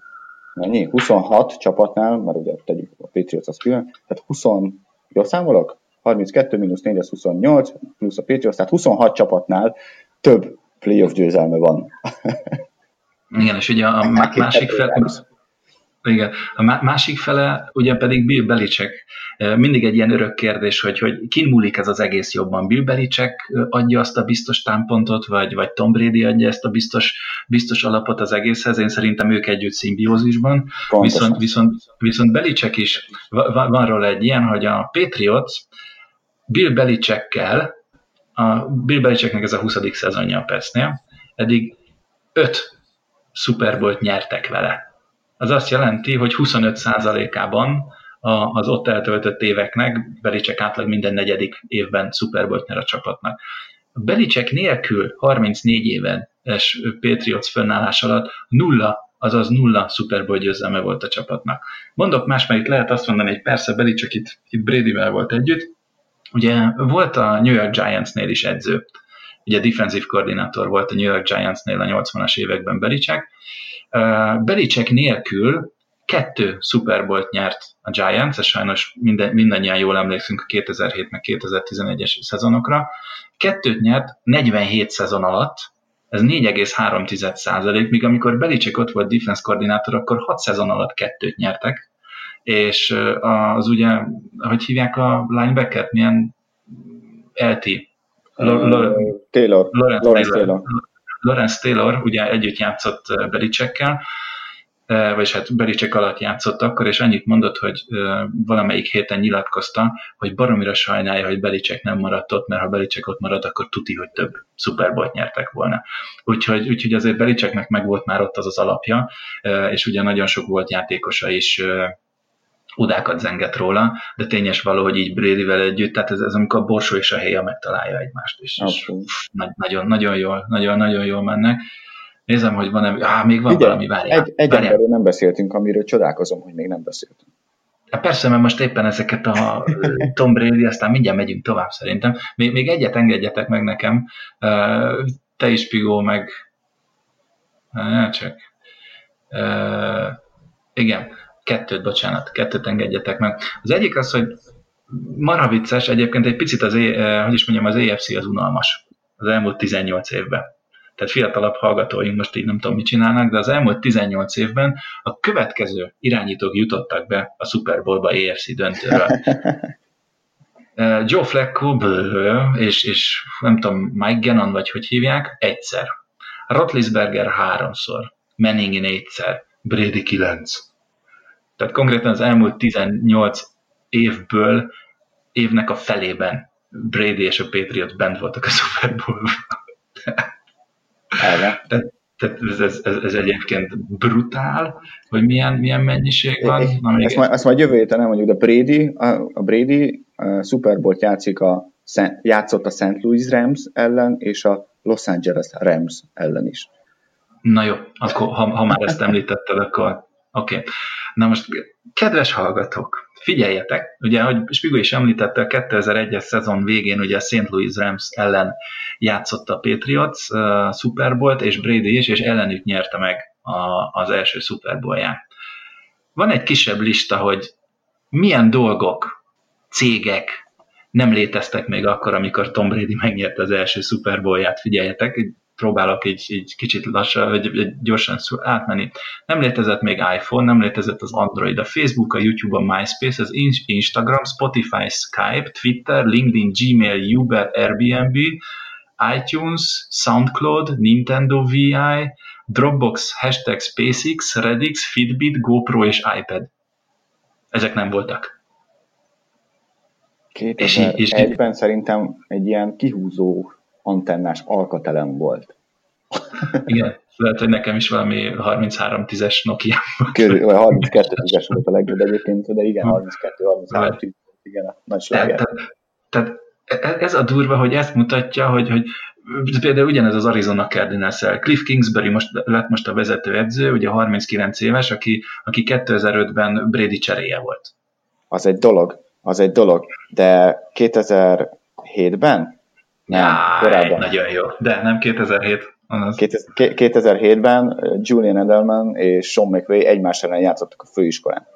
26 csapatnál, mert ugye tegyük a Patriots az külön, tehát 20, jól számolok? 32 mínusz 4 az 28, plusz a Patriots, tehát 26 csapatnál több playoff győzelme van. Igen, és ugye a másik fele, igen, a másik fele ugye pedig Bill Belichick. Mindig egy ilyen örök kérdés, hogy kin múlik ez az egész jobban. Bill Belichick adja azt a biztos támpontot, vagy Tom Brady adja ezt a biztos alapot az egészhez. Én szerintem ők együtt szimbiózisban. Viszont Belichick is, van róla egy ilyen, hogy a Patriots Bill Belichicknek ez a 20. szezonja a Petsnél, eddig 5 Super Bowl-t nyertek vele. Az azt jelenti, hogy 25%-ában az ott eltöltött éveknek Belichick átlag minden 4. évben Super Bowl-t nyer a csapatnak. A Belichick nélkül 34 éves Patriots fönnállás alatt 0 Super Bowl győzelme volt a csapatnak. Mondok más, mert itt lehet azt mondani, hogy persze Belichick itt Bradyvel volt együtt. Ugye volt a New York Giantsnél is edző. Ugye defensive koordinátor volt a New York Giantsnél a 80-as években Belichick. Belichick nélkül 2 Super Bowl-t nyert a Giants, és sajnos mindannyian jól emlékszünk a 2007 meg 2011-es szezonokra. 2 nyert 47 szezon alatt, ez 4,3%, míg amikor Belichick ott volt defense koordinátor, akkor 6 szezon alatt 2 nyertek, és az ugye, hogy hívják a linebackert, milyen LT? Lawrence Taylor ugye együtt játszott Belichickkel, vagyis hát Belichick alatt játszott akkor, és annyit mondott, hogy valamelyik héten nyilatkozta, hogy baromira sajnálja, hogy Belichick nem maradt ott, mert ha Belichick ott maradt, akkor tuti, hogy több Super Bowl-t nyertek volna. Úgyhogy azért Belichicknek meg volt már ott az alapja, és ugye nagyon sok volt játékosa is odákat zengett róla, de tényes való, hogy így Bradyvel együtt, tehát ez amikor a borsó és a héja megtalálja egymást, és nagyon jól mennek. Nézem, hogy van-e... még van valami, várjál. Egy emberről nem beszéltünk, amiről csodálkozom, hogy még nem beszéltünk. Persze, mert most éppen ezeket a Tom Brady, aztán mindjárt megyünk tovább szerintem. Még egyet engedjetek meg nekem. Te is, Pigó, meg... Igen, kettőt engedjetek meg. Az egyik az, hogy marha vicces, egyébként egy picit az AFC az unalmas az elmúlt 18 évben. Tehát fiatalabb hallgatóink most így nem tudom, mit csinálnak, de az elmúlt 18 évben a következő irányítók jutottak be a Super Bowl-ba AFC döntőről. Joe Flacco és nem tudom, Mike Gannon, vagy hogy hívják, egyszer. Roethlisberger 3-szor, Manning 4-szer, Brady 9. Tehát konkrétan az elmúlt 18 évnek a felében Brady és a Patriots bent voltak a Super Bowl-ban. Tehát ez egyébként brutál, hogy milyen mennyiség van. Ezt majd jövő héten elmondjuk, de a Brady Super Bowl-t játszott a St. Louis Rams ellen, és a Los Angeles Rams ellen is. Na jó, akkor ha már ezt említetted, akkor oké. Na most, kedves hallgatók, figyeljetek, ugye, ahogy Spigó is említette, a 2001-es szezon végén ugye a St. Louis Rams ellen játszott a Patriots Super Bowl-t, és Brady is, és ellenük nyerte meg az első Super Bowl-ját. Van egy kisebb lista, hogy milyen dolgok, cégek nem léteztek még akkor, amikor Tom Brady megnyerte az első Super Bowl-ját, figyeljetek, próbálok így kicsit lassan, vagy gyorsan átmenni. Nem létezett még iPhone, nem létezett az Android, a Facebook, a YouTube, a MySpace, az Instagram, Spotify, Skype, Twitter, LinkedIn, Gmail, Uber, Airbnb, iTunes, SoundCloud, Nintendo VI, Dropbox, #SpaceX, Reddit, Fitbit, GoPro és iPad. Ezek nem voltak. 2001-ben szerintem egy ilyen kihúzó antennás alkatelem volt. Igen, lehet, hogy nekem is valami 3310-es Nokia. 32-10-es volt a legjobb egyébként, de igen, 32-33 igen, a nagy sláger. Tehát ez a durva, hogy ezt mutatja, hogy például ugyanez az Arizona Cardinals-el. Cliff Kingsbury lett most a vezetőedző, ugye 39 éves, aki 2005-ben Brady cseréje volt. Az egy dolog, de 2007-ben? Nem, korábban. Nagyon jó, de nem 2007. 2007-ben Julian Edelman és Sean McVay egymás ellen játszottak a főiskolán.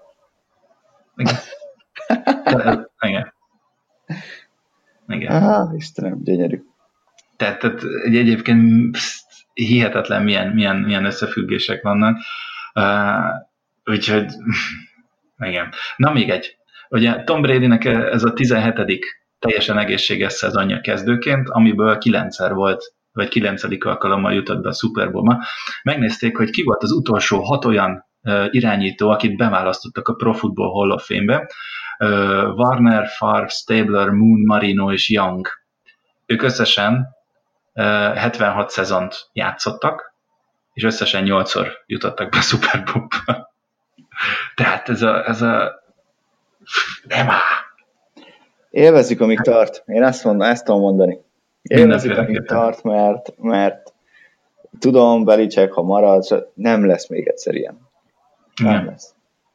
Igen. Istenem, gyönyörű. Tehát egyébként hihetetlen milyen összefüggések vannak. Úgyhogy igen. Na még egy. Ugye Tom Bradynek ez a 17. teljesen egészséges szezonja kezdőként, amiből 9-szer volt, vagy 9. alkalommal jutott be a Super Bowl-ba. Megnézték, hogy ki volt az utolsó 6 olyan irányító, akit beválasztottak a Pro Football Hall of Fame-be. Warner, Favre, Stabler, Moon, Marino és Young. Ők összesen 76 szezont játszottak, és összesen 8-szor jutottak be a Super Bowl-ba. Tehát ez a nem áll. Élvezzük, amíg tart. Én ezt tudom mondani. Élvezzük, amíg tart, mert tudom, Belichick, ha marad, nem lesz még egyszer ilyen. Nem lesz.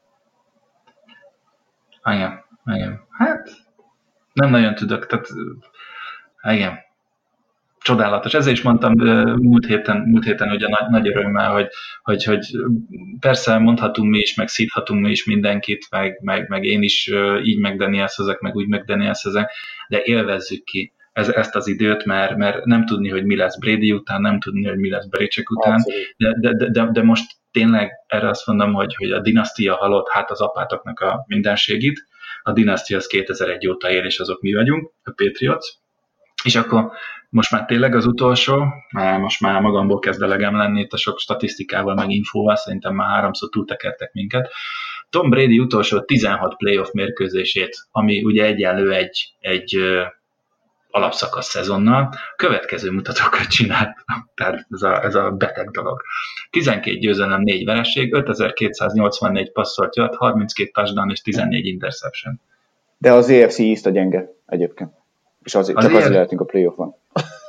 Igen. Hát, nem nagyon tudok. Tehát, igen. Csodálatos. Ezért is mondtam múlt héten ugye nagy örömmel, hogy persze mondhatunk mi is, meg szíthatunk mi is mindenkit, meg én is így meg Danielsezek, meg úgy meg Danielsezek, de élvezzük ki ezt az időt, mert nem tudni, hogy mi lesz Brady után, nem tudni, hogy mi lesz Belichick után, de most tényleg erre azt mondom, hogy a dinasztia halott, hát az apátoknak a mindenségit, a dinasztia az 2001 óta él, és azok mi vagyunk, a Patriots, és akkor most már tényleg az utolsó, most már magamból kezd elegem lenni itt a sok statisztikával, meg infóval, szerintem már 3-szor túltekertek minket. Tom Brady utolsó 16 playoff mérkőzését, ami ugye egyenlő egy alapszakasz szezonnal, következő mutatókat csinált, tehát ez a beteg dolog. 12 győzelem, 4 vereség, 5284 passzolt jött, 32 touchdown és 14 interception. De az AFC East a gyenge egyébként. És azért lehetünk a playoffban.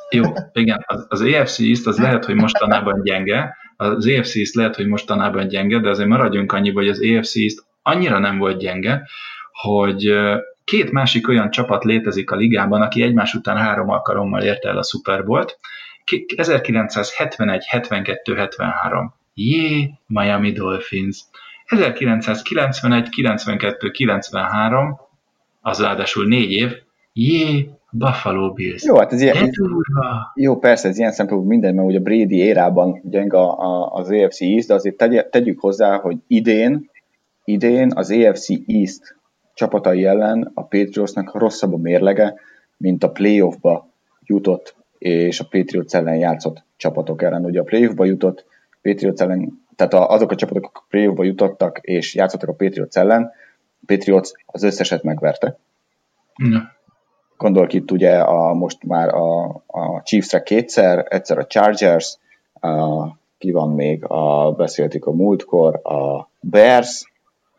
Jó, igen, az AFC East az lehet, hogy mostanában gyenge, az AFC East lehet, hogy mostanában gyenge, de azért maradjunk annyiba, hogy az AFC East annyira nem volt gyenge, hogy két másik olyan csapat létezik a ligában, aki egymás után 3 alkalommal érte el a Super Bowl-t. 1971, 72, 73. Jé, Miami Dolphins. 1991, 92, 93, az ráadásul 4 év. Jé, Buffalo Bills. Jó, hát ez ilyen, jó, persze, ez ilyen szempontból minden, mert ugye a Brady érában gyenge az AFC East, de azért tegyük hozzá, hogy idén az AFC East csapatai ellen a Patriotsnak rosszabb a mérlege, mint a playoffba jutott és a Patriots ellen játszott csapatok ellen. Ugye a playoffba jutott Patriots ellen, tehát azok a csapatok, akik a playoffba jutottak és játszottak a Patriots ellen, a Patriots az összeset megverte. Gondolk itt ugye most már a Chiefsre kétszer, egyszer a Chargers, ki van még, beszéltük a múltkor, a Bears,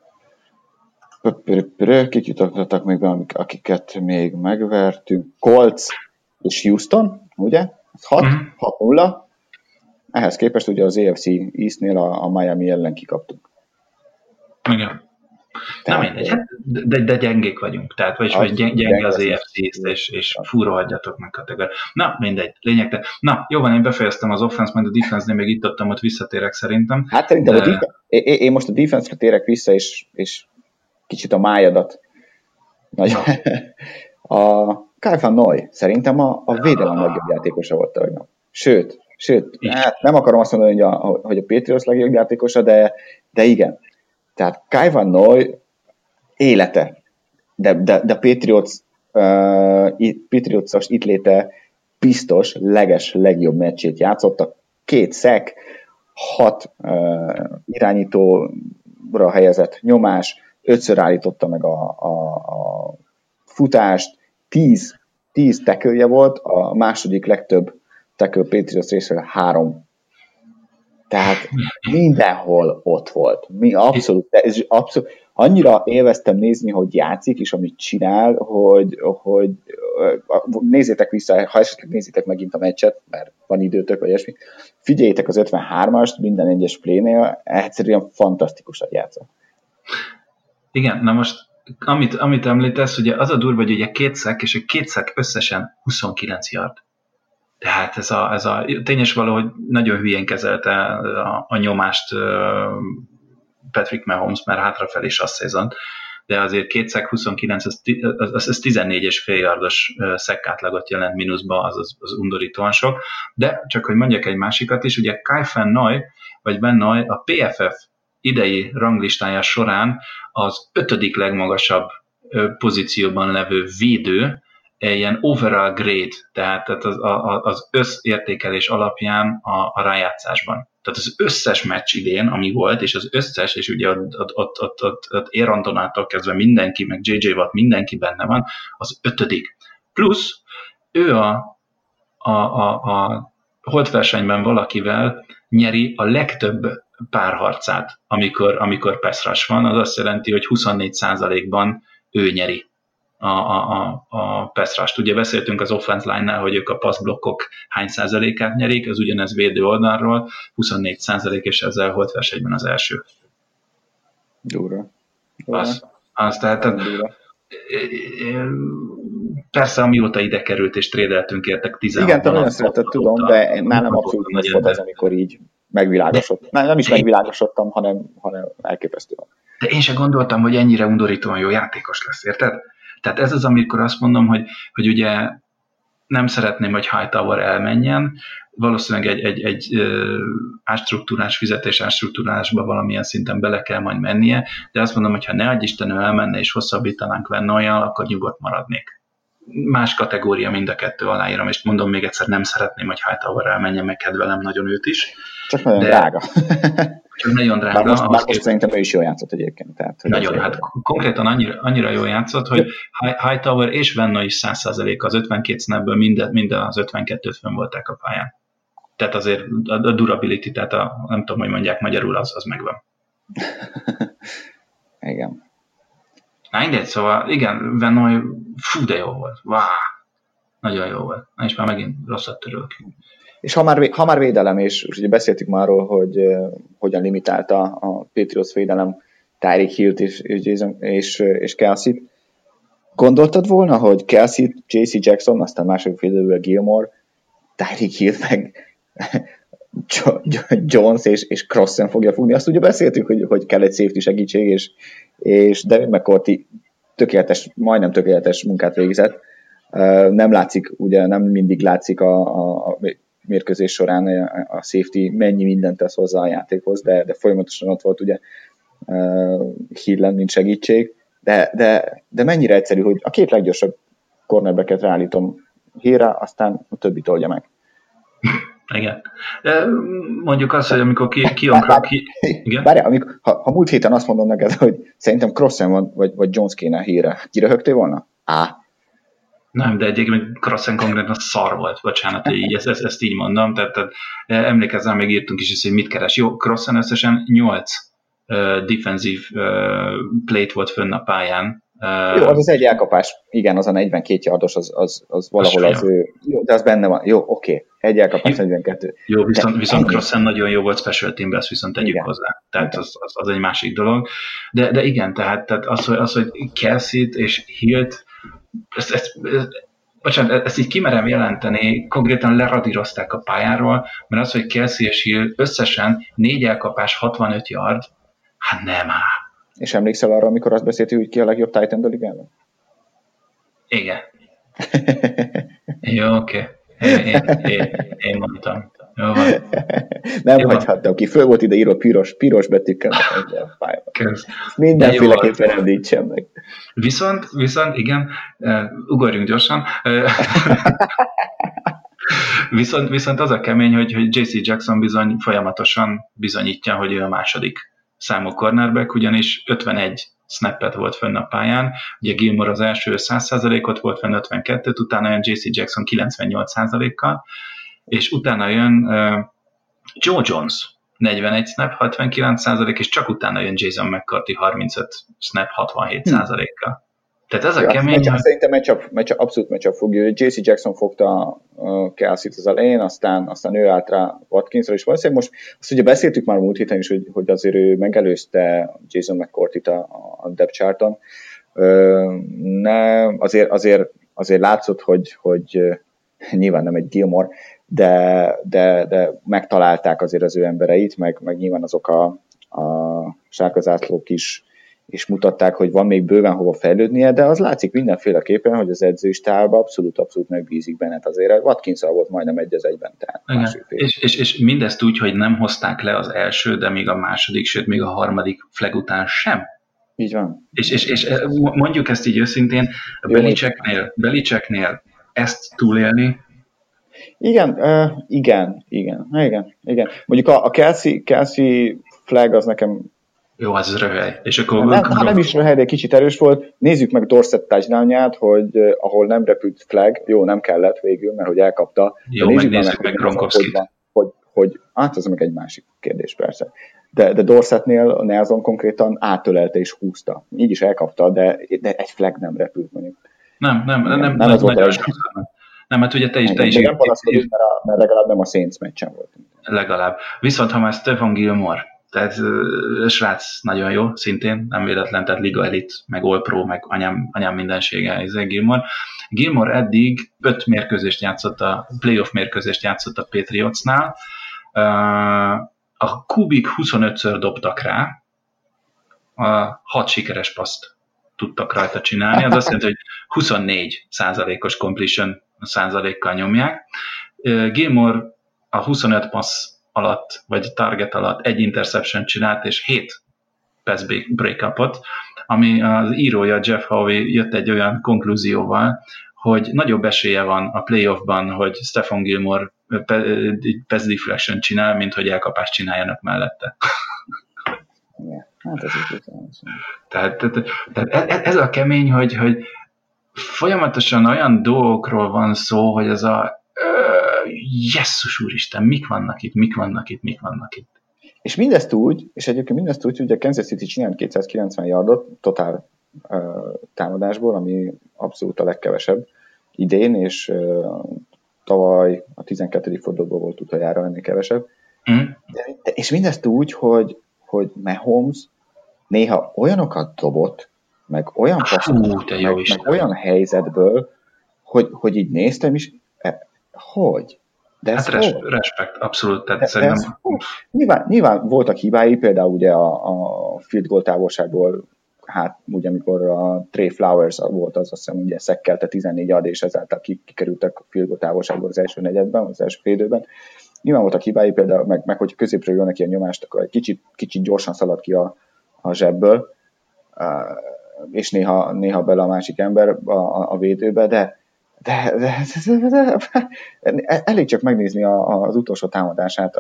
kik jutottak még be, akiket még megvertünk, Colts és Houston, ugye? 6-0. Ehhez képest ugye az AFC East-nél a Miami ellen kikaptunk. Igen. Na mindegy, de gyengék vagyunk, tehát vagyis gyenge az AFC és fúrohagyjatok meg kategóriát. Na mindegy, lényegtelen. Na, jó van, én befejeztem az offense, majd a defense-nél még itt ott visszatérek szerintem. Hát szerintem én most a defense-re térek vissza, és kicsit a májadat. A Kyle Van Noy szerintem a védelem legjobb játékosa volt tegnap. Sőt, hát nem akarom azt mondani, hogy a Patriots legjobb játékosa, de igen. Tehát Kyle Van Noy élete, de Patriots-os itt léte biztos legjobb meccsét játszott. 2 sack, 6 irányítóra helyezett nyomás, 5-ször állította meg a futást, 10 tackle-je volt, a második legtöbb tackle Patriots részéről 3. Tehát mindenhol ott volt. Abszolút, annyira élveztem nézni, hogy játszik, és amit csinál, hogy nézzétek vissza, ha esetleg nézitek megint a meccset, mert van időtök, vagy ilyesmi, figyeljétek az 53-ast minden egyes playnél, egyszerűen fantasztikusat játszott. Igen, na most, amit említesz, ugye az a durva, hogy ugye 2 sack, és a 2 sack összesen 29 yard. Tehát ez a tényes valahogy nagyon hülyén kezelte a nyomást Patrick Mahomes, mert hátrafelé is azt szezont, de azért 2 sack 29, az 14,5 yardos sack átlagot jelent mínuszba, az undorítóan sok. De csak hogy mondjak egy másikat is, ugye Kyle Van Noy, vagy Van Noy a PFF idei ranglistája során az 5. legmagasabb pozícióban levő védő, ilyen overall grade, tehát az összértékelés alapján a rájátszásban. Tehát az összes meccs idén, ami volt, és az összes, és ugye ott Aaron Donaldtól kezdve mindenki, meg JJ Watt, mindenki benne van, az 5. Plusz ő a holtversenyben valakivel nyeri a legtöbb párharcát, amikor pass rush van, az azt jelenti, hogy 24%-ban ő nyeri a pass rush-t. Ugye beszéltünk az offense line-nál, hogy ők a passzblokkok hány százalékát nyerik, ez ugyanez védő oldalról, 24%, és ezzel holtversenyben az első. Durva. Tehát persze, amióta ide került és trédeltünk értek 16. Igen, te nagyon szeretett, tudom, de nálam abszolút most volt az, amikor így megvilágosodtam. Nem is megvilágosodtam, hanem elképesztő. De én se gondoltam, hogy ennyire undorítóan jó játékos lesz, érted? Tehát ez az, amikor azt mondom, hogy ugye nem szeretném, hogy Hightower elmenjen, valószínűleg egy átstruktúrás fizetés átstruktúrásba valamilyen szinten bele kell majd mennie, de azt mondom, hogy ha ne adj Isten, ő elmenne és hosszabbítanánk Van Noyjal, akkor nyugodt maradnék. Más kategória mind a kettő, aláírom, és mondom még egyszer, nem szeretném, hogy Hightower elmenjen, meg kedvelem nagyon őt is. Csak nagyon drága. Csak nagyon drága. Most szerintem ő is jól játszott egyébként. Tehát, nagyon, hát konkrétan annyira jól játszott, hogy Hightower és Van Noy is 100% az 52 snapből mind az 52-t fönn voltak a pályán. Tehát azért a durability, tehát nem tudom, hogy mondják magyarul, az megvan. Igen. Na, mindegy, szóval igen, Van Noy, fú, de jó volt. Wow. Nagyon jó volt. És már megint rosszat törülök. És ha már védelem, és ugye beszéltük már arról, hogy hogyan limitálta a Patriots védelem Tyreek Hillt és Kelsey-t. Gondoltad volna, hogy Kelsey, J.C. Jackson, aztán második félidőben Gilmore, Tyreek Hill meg Jones és Crossen fogja fogni? Azt ugye beszéltük, hogy kell egy safety segítség, és David McCourty majdnem tökéletes munkát végzett. Nem látszik, ugye nem mindig látszik a mérkőzés során a safety mennyi mindent tesz hozzá a játékhoz, de folyamatosan ott volt ugye Hillen, mint segítség. De mennyire egyszerű, hogy a két leggyorsabb cornerbacket ráállítom Hillre, aztán a többit oldja meg. Igen. De mondjuk azt, hogy amikor igen? Várjál, ha múlt héten azt mondom neked, hogy szerintem Crossen van, vagy Jones kéne Hillre, kiröhögtél volna? Nem, de egyébként Crossen konkrétan szar volt, bocsánat, ezt így mondom, tehát emlékezzem, még írtunk is, hogy mit keres. Jó, Crossen összesen 8 defensív plate volt fönn a pályán. Jó, az egy elkapás. Igen, az a 42 yardos, az valahol az ő... Jó, de az benne van. Jó, oké. Egy elkapás, 42. Jó, viszont Crossen nagyon jó volt special teambe, ezt viszont tegyük igen. Hozzá. Tehát az egy másik dolog. De igen, tehát az, hogy Kelsey-t és Hillt ezt így kimerem jelenteni, konkrétan leradírozták a pályáról, mert az, hogy Kelsey és Hill összesen 4 elkapás, 65 yard, hát nem áll. És emlékszel arra, amikor azt beszéltük, hogy ki a legjobb tight end a ligában? Igen. Jó, oké. Én mondtam. Jó van. Nem hagyhattam ki. Föl volt ide írva piros betűkkel. Mindenféleképpen említsem meg. Viszont igen, ugorjunk gyorsan. Viszont az a kemény, hogy J.C. Jackson bizony folyamatosan bizonyítja, hogy ő a második számú cornerback, ugyanis 51 snappet volt fönn a pályán. Ugye Gilmore az első 100%-ot volt fenn, 52-t, utána jön J.C. Jackson 98%-kal, és utána jön Joe Jones 41 snap, 69%, és csak utána jön Jason McCarthy 35 snap, 67%-kal. Tehát ez a kemény... Szerintem abszolút matchup fogja. J.C. Jackson fogta Kelsey-t az elején, aztán ő állt rá Watkinsra, és valószínűleg most azt ugye beszéltük már múlt héten is, hogy azért ő megelőzte Jason McCourty-t a depth charton. Azért látszott, hogy nyilván nem egy Gilmore, de megtalálták azért az ő embereit, meg nyilván azok a sárkazászlók is mutatták, hogy van még bőven hova fejlődnie, de az látszik mindenféleképpen, hogy az edzőstábban abszolút megbízik Bennett azért. Watkinsszal volt majdnem 1-1-ben. És mindezt úgy, hogy nem hozták le az első, de még a második, sőt még a harmadik flag után sem. Így van. És mondjuk ezt így őszintén, Belichicknél ezt túlélni. Igen. Mondjuk a Kelsey flag az nekem jó, az röhely. És akkor nem is röhely, de kicsit erős volt. Nézzük meg Dorsett touchdownját, hogy ahol nem repült flag, jó, nem kellett végül, mert hogy elkapta. Jó, nézzük meg Gronkowskit. Hogy az meg egy másik kérdés persze. De Dorsettnél a Nelson konkrétan átölelte és húzta. Így is elkapta, de egy flag nem repült mondjuk. Nem az volt nem, hát ugye te is nem panaszkodunk, mert legalább nem a Saints meccsen volt. Legalább. Viszont ha már Stephon Gilmore, tehát srác nagyon jó, szintén, nem véletlen, tehát Liga Elite, meg All Pro, meg anyám mindensége, ez Gilmore. Gilmore eddig 5 mérkőzést játszott, playoff mérkőzést játszott a Patriotsnál, a kubik 25-ször dobtak rá, 6 sikeres paszt tudtak rajta csinálni, az azt jelenti, hogy 24%-os completion százalékkal nyomják. Gilmore a 25 passz alatt, vagy target alatt 1 interception csinált, és 7 pass breakupot, ami az írója Jeff Howey jött egy olyan konklúzióval, hogy nagyobb esélye van a playoffban, hogy Stephon Gilmore pass deflection csinál, mint hogy elkapást csináljanak mellette. Hát tehát ez a kemény, hogy folyamatosan olyan dolgokról van szó, hogy ez a jesszus úristen, mik vannak itt. És mindezt úgy, hogy a Kansas City csinált 290 yardot totál támadásból, ami abszolút a legkevesebb, idén, és tavaly a 12. fordulóban volt utoljára, ennél kevesebb. És mindezt úgy, hogy Mahomes néha olyanokat dobott, meg olyan passzokat, meg olyan helyzetből, hogy így néztem is, hogy? De hát respekt, abszolút. Tehát nyilván voltak hibái, például ugye a field goal távolságból, hát ugye amikor a Trey Flowers volt, az azt hiszem ugye szekkelte 14 yard, és ezáltal kikerültek a field goal távolságból az első negyedben, az első fél időben. Nyilván voltak hibái, például meg hogy középről jön neki a nyomást, akkor egy kicsit gyorsan szalad ki a zsebből, és néha bele a másik ember a védőbe, de elég csak megnézni az utolsó támadását,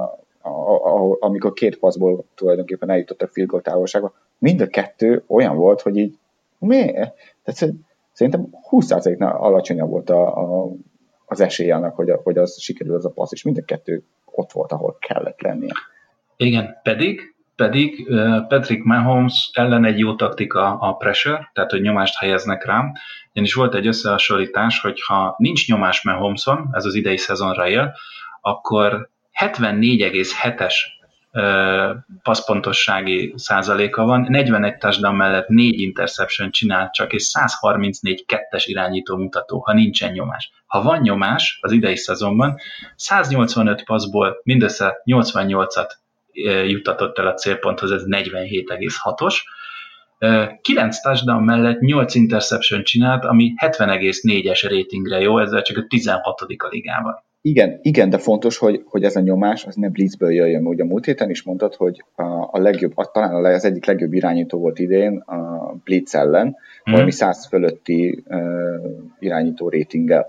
amikor 2 passzból tulajdonképpen eljutottak field goal távolságba. Mind a 2 olyan volt, hogy így miért? Tehát szerintem 20%-nál alacsonyabb volt az esély annak, hogy az sikerül az a passz, és mind a 2 ott volt, ahol kellett lennie. Igen, pedig Patrick Mahomes ellen egy jó taktika a pressure, tehát hogy nyomást helyeznek rám. Ugyanis volt egy összehasonlítás, hogy ha nincs nyomás Mahomeson, ez az idei szezonra él, akkor 74,7-es passzpontossági százaléka van, 41 touchdown mellett 4 interception csinált csak, és 134 kettes irányító mutató, ha nincsen nyomás. Ha van nyomás az idei szezonban, 185 passzból mindössze 88-at juttatott el a célponthoz, ez 47,6-os. 9 touchdown mellett 8 interception csinált, ami 70,4-es ratingre jó, ezzel csak a 16. a ligában. Igen, de fontos, hogy ez a nyomás az ne blitzből jöjjön. Ugye a múlt héten is mondtad, hogy a legjobb, talán az egyik legjobb irányító volt idén a blitz ellen, valami 100 fölötti irányító ratinggel.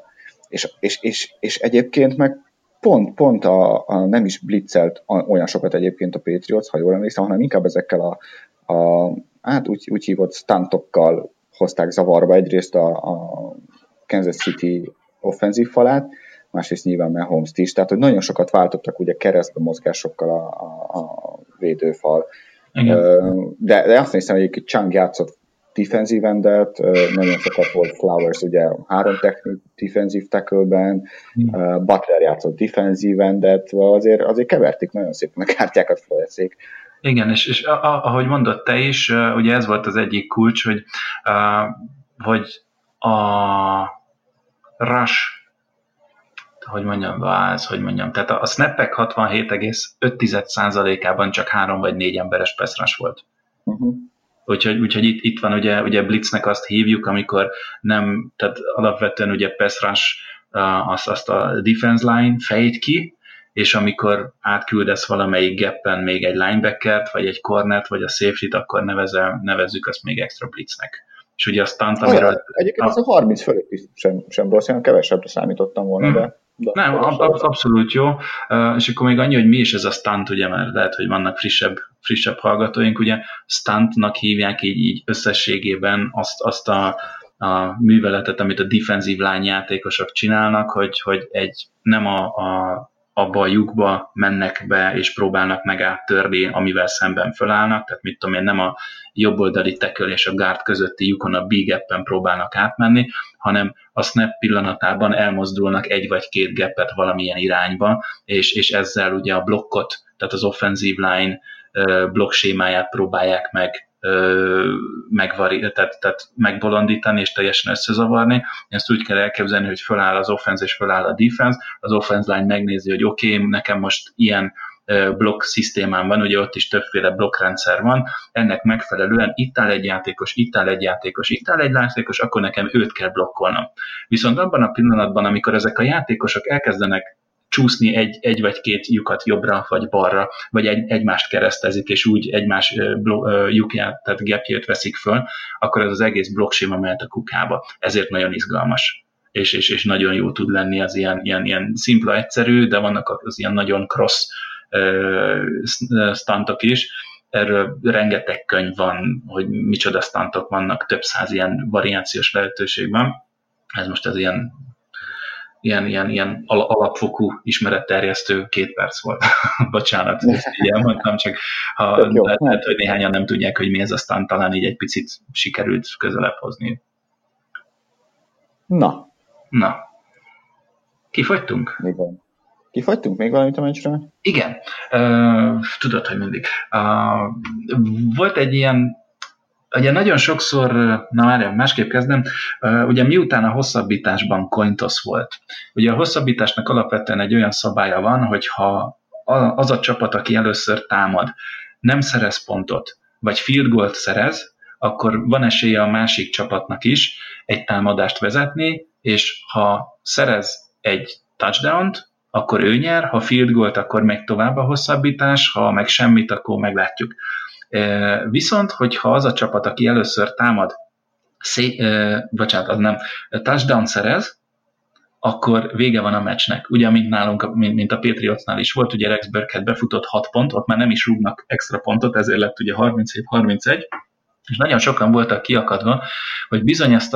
És egyébként meg pont a nem is blitzelt olyan sokat egyébként a Patriots, ha jól emlékszem, hanem inkább ezekkel hát úgy hívott stuntokkal hozták zavarba egyrészt a Kansas City offenzív falát, másrészt nyilván Mahomes-t is, tehát hogy nagyon sokat váltottak ugye keresztbe mozgásokkal a védőfal. De azt hiszem, hogy Chung játszott defensive endet, nagyon sokat volt Flowers ugye 3 defensive tackle-ben, Butler játszott defensive endet, azért keverték nagyon szépen a kártyákat Floydszék. Igen, és ahogy mondott te is, ugye ez volt az egyik kulcs, hogy a rush, hogy mondjam, tehát a snappek 67,5%-ában csak 3 vagy 4 emberes pass rush volt. Úgyhogy itt van ugye blitznek azt hívjuk, amikor nem, tehát alapvetően ugye pass rush azt a defense line fejt ki, és amikor átküldesz valamelyik gappen még egy linebackert, vagy egy cornert, vagy a safety-t, akkor nevezzük azt még extra blitznek. És ugye a stunt, amiről... Egyébként az a 30 fölött is sem rossz, olyan kevesebbre számítottam volna, de nem, abszolút jó. És akkor még annyi, hogy mi is ez a stunt, ugye, mert lehet, hogy vannak frissebb hallgatóink, ugye stuntnak hívják így összességében azt a műveletet, amit a defensive line játékosok csinálnak, hogy nem abba a lyukba mennek be, és próbálnak meg áttörni, amivel szemben fölállnak, tehát mit tudom én, nem a jobboldali tackle és a guard közötti lyukon a B-gappen próbálnak átmenni, hanem a snap pillanatában elmozdulnak 1 vagy 2 gapet valamilyen irányba, és ezzel ugye a blokkot, tehát az offensive line blokk sémáját próbálják tehát megbolondítani és teljesen összezavarni. Ezt úgy kell elképzelni, hogy föláll az offense és föláll a defense, az offense line megnézi, hogy oké, nekem most ilyen blokk szisztémám van, ugye ott is többféle blokkrendszer van, ennek megfelelően itt áll egy játékos, akkor nekem őt kell blokkolnom. Viszont abban a pillanatban, amikor ezek a játékosok elkezdenek csúszni egy vagy 2 lyukat jobbra vagy balra, vagy egymást keresztezik, és úgy egymás lyukját, tehát gapjét veszik föl, akkor ez az egész blokkséma mehet a kukába. Ezért nagyon izgalmas. És nagyon jó tud lenni az ilyen szimpla, egyszerű, de vannak az ilyen nagyon cross stuntok is. Erről rengeteg könyv van, hogy micsoda stuntok vannak, több 100 ilyen variációs lehetőség van. Ez most az ilyen alapfokú ismeretterjesztő 2 perc volt. Bocsánat, így elmondtam, csak lehet, hogy néhányan nem tudják, hogy mi ez, aztán talán így egy picit sikerült közelebb hozni. Na, Na, kifogytunk? Kifogytunk még valamit a meccsről? Igen. Tudod, hogy mindig. Volt egy ilyen, ugye nagyon sokszor, na már másképp kezdem, ugye miután a hosszabbításban coin toss volt. Ugye a hosszabbításnak alapvetően egy olyan szabálya van, hogyha az a csapat, aki először támad, nem szerez pontot, vagy field goalt szerez, akkor van esélye a másik csapatnak is egy támadást vezetni, és ha szerez egy touchdown-t, akkor ő nyer, ha field goalt, akkor megy tovább a hosszabbítás, ha meg semmit, akkor meglátjuk. Viszont, hogyha az a csapat, aki először támad, touchdown szerez, akkor vége van a meccsnek. Ugye, mint nálunk, mint a Patriotsnál is volt, ugye Rex Burkhead befutott 6 pont, ott már nem is rúgnak extra pontot, ezért lett ugye 37-31, és nagyon sokan voltak kiakadva, hogy bizony ezt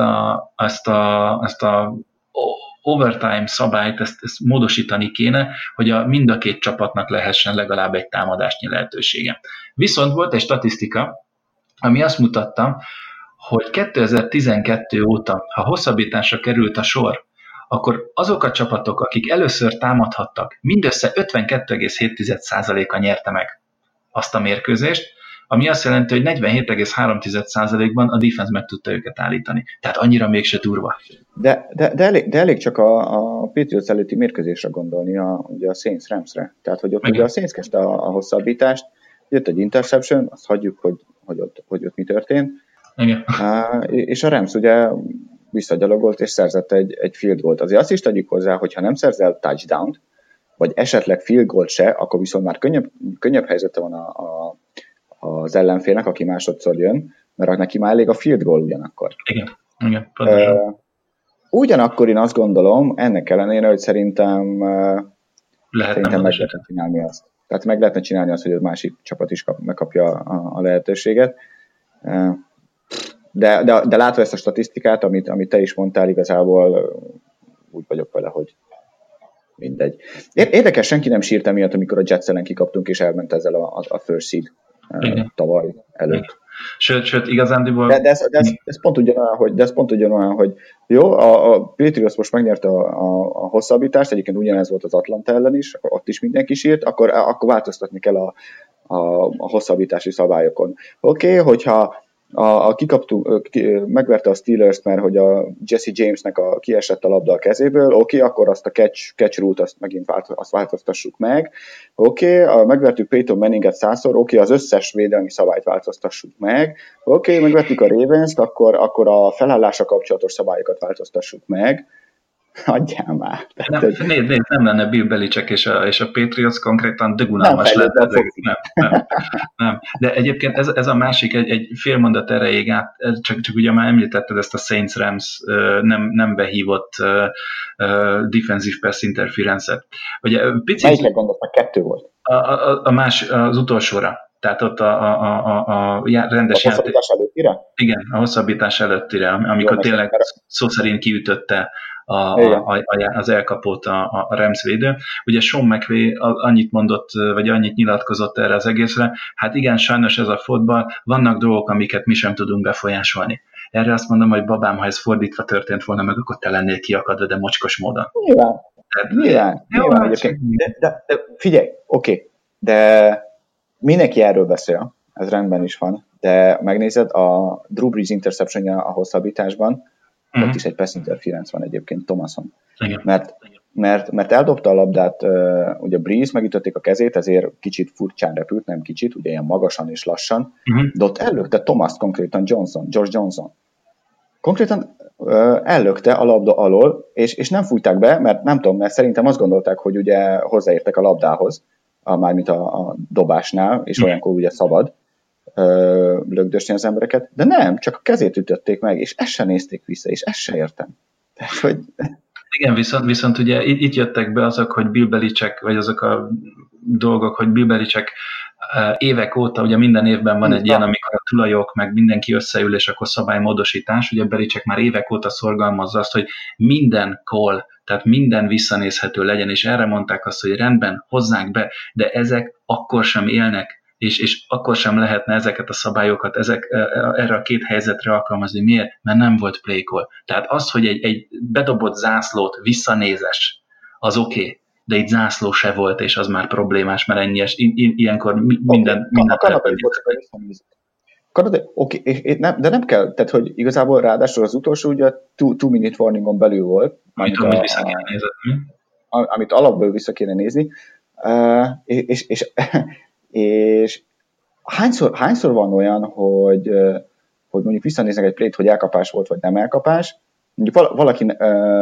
a overtime szabályt, ezt módosítani kéne, hogy mind a két csapatnak lehessen legalább egy támadásnyi lehetősége. Viszont volt egy statisztika, ami azt mutatta, hogy 2012 óta, ha hosszabbításra került a sor, akkor azok a csapatok, akik először támadhattak, mindössze 52,7%-a nyerte meg azt a mérkőzést, ami azt jelenti, hogy 47,3%-ban a defense meg tudta őket állítani. Tehát annyira mégse durva. De elég csak a Patriots előtti mérkőzésre gondolni, ugye a Saints Ramsre. Tehát, hogy ott ugye a Saints kezdte a hosszabbítást, jött egy interception, azt hagyjuk, hogy ott mi történt. Igen. És a Rams ugye visszagyalogolt és szerzett egy field goalt. Azért azt is tegyük hozzá, hogy ha nem szerzel touchdown-t, vagy esetleg field goalt se, akkor viszont már könnyebb helyzete van az ellenfélnek, aki másodszor jön, mert neki már elég a field goal ugyanakkor. Igen. Ugyanakkor én azt gondolom, ennek ellenére, hogy szerintem meg lehetne csinálni azt. Tehát meg lehetne csinálni azt, hogy a másik csapat is megkapja a lehetőséget. De látva ezt a statisztikát, amit te is mondtál, igazából úgy vagyok vele, hogy mindegy. Érdekes, senki nem sírt emiatt, amikor a Jets ellen kikaptunk, és elment ezzel a first seed tavaly előtt. Sőt, igazándiból... De ez pont ugyanolyan, hogy jó, a Patriots most megnyerte a hosszabbítást, egyébként ugyanez volt az Atlanta ellen is, ott is mindenki sírt, akkor változtatni kell a hosszabbítási szabályokon. Oké, hogyha megverte a Steelers, mert hogy a Jesse Jamesnek kiesett a labda a kezéből, akkor azt a catch rule-t azt megint változtassuk meg. Megvertük Peyton Manninget 100-szor, az összes védelmi szabályt változtassuk meg. Megvertük a Ravens-t, akkor a felállása kapcsolatos szabályokat változtassuk meg. Adjál már. Nem lenne Bill Belichick és a Patriots konkrétan dögunalmas lett. Nem. De egyébként ez a másik, egy fél mondat erejéig át, csak ugye már említetted ezt a Saints Rams nem behívott defensive pass interference-et. Melyikre gondolsz, 2 volt? Az utolsóra. Tehát ott a rendes játék. A hosszabbítás előttire? Igen, a hosszabbítás előttire, amikor tényleg szó szerint kiütötte az elkapót a Rams védő. Ugye Sean McVay annyit mondott, vagy annyit nyilatkozott erre az egészre, hát igen, sajnos ez a fotball, vannak dolgok, amiket mi sem tudunk befolyásolni. Erre azt mondom, hogy babám, ha ez fordítva történt volna meg, akkor te lennél kiakadva, de mocskos módon. Nyilván. De figyelj, de mindenki erről beszél, ez rendben is van, de megnézed, a Drew Brees interceptionja a hosszabbításban, ott is egy pass interference van egyébként Thomason. Mert eldobta a labdát, ugye Brees, megütötték a kezét, ezért kicsit furcsán repült, nem kicsit, ugye ilyen magasan és lassan, de ott ellökte Thomas konkrétan George Johnson. Konkrétan ellökte a labda alól, és nem fújták be, mert szerintem azt gondolták, hogy ugye hozzáértek a labdához, mármint a dobásnál, és olyankor ugye szabad lögdösni az embereket, de nem, csak a kezét ütötték meg, és ezt se nézték vissza, és ezt se értem. Tehát, hogy... Igen, viszont ugye itt jöttek be azok, hogy Bill Belichick, vagy azok a dolgok, hogy Bill Belichick évek óta, ugye minden évben van egy ilyen, amikor a tulajok, meg mindenki összeül, és akkor szabálymódosítás, ugye Belichick már évek óta szorgalmazza azt, hogy minden call, tehát minden visszanézhető legyen, és erre mondták azt, hogy rendben, hozzák be, de ezek akkor sem élnek és akkor sem lehetne ezeket a szabályokat erre a két helyzetre alkalmazni. Miért? Mert nem volt play call. Tehát az, hogy egy bedobott zászlót visszanézes, az oké. De itt zászló se volt, és az már problémás, mert ennyi, ilyenkor minden Oké, de nem kell, tehát hogy igazából ráadásul az utolsó ugye 2-minute warningon belül volt. Amit alapból vissza kéne nézni. És hányszor van olyan, hogy mondjuk visszanéznek egy play-t, hogy elkapás volt, vagy nem elkapás, mondjuk valaki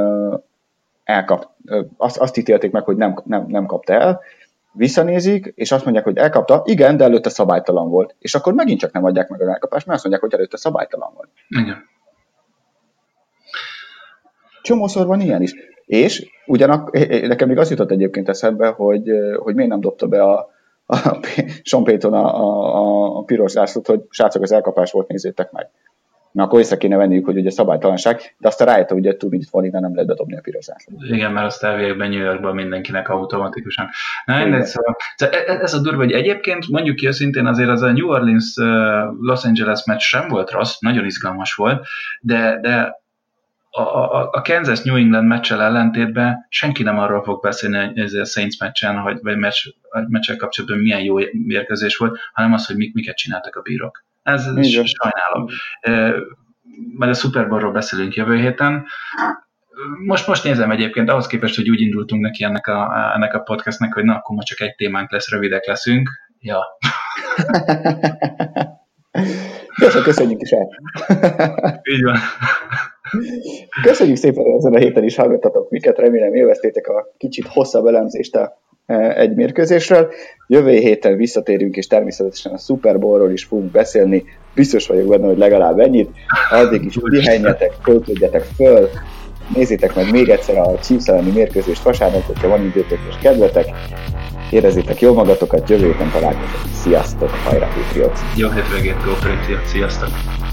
azt ítélték meg, hogy nem kapta el, visszanézik, és azt mondják, hogy elkapta, igen, de előtte szabálytalan volt. És akkor megint csak nem adják meg az elkapást, mert azt mondják, hogy előtte szabálytalan volt. Igen. Csomószor van ilyen is. És nekem még az jutott egyébként eszembe, hogy miért nem dobta be a Sean Payton a piros zászlót, hogy srácok, az elkapás volt, nézzétek meg. Na, akkor észre kéne venniük, hogy ugye szabálytalanság, de aztán rájöttem, hogy 2 minute warningnál nem lehet bedobni a piros zászlót. Igen, mert azt elvégben New Yorkban mindenkinek automatikusan. Ez a durva, hogy egyébként mondjuk ki őszintén azért az a New Orleans Los Angeles meccs sem volt rossz, nagyon izgalmas volt, de a Kansas New England meccsel ellentétben senki nem arról fog beszélni, hogy ez a Saints meccsen, vagy meccsel kapcsolatban milyen jó mérkőzés volt, hanem az, hogy miket csináltak a bírok. Ez sajnálom. Majd a Super Bowl-ról beszélünk jövő héten. Most nézem egyébként, ahhoz képest, hogy úgy indultunk neki ennek a podcastnek, hogy na, akkor ma csak egy témánk lesz, rövidek leszünk. Ja. Köszönjük is el. Így van. Köszönjük szépen, hogy ezen a héten is hallgattatok minket, remélem élveztétek a kicsit hosszabb elemzést egy mérkőzésről. Jövő héten visszatérünk, és természetesen a Super Bowl-ról is fogunk beszélni. Biztos vagyok benne, hogy legalább ennyit. Addig is pihenjetek, töltődjetek föl, nézzétek meg még egyszer a Chiefs elleni mérkőzést vasárnap, hogyha van időtök és kedvetek. Érezzétek jól magatokat, jövő héten találkozunk. Sziasztok, hajrá Patriots! Jó hétvégét, Go Patriots, sziasztok!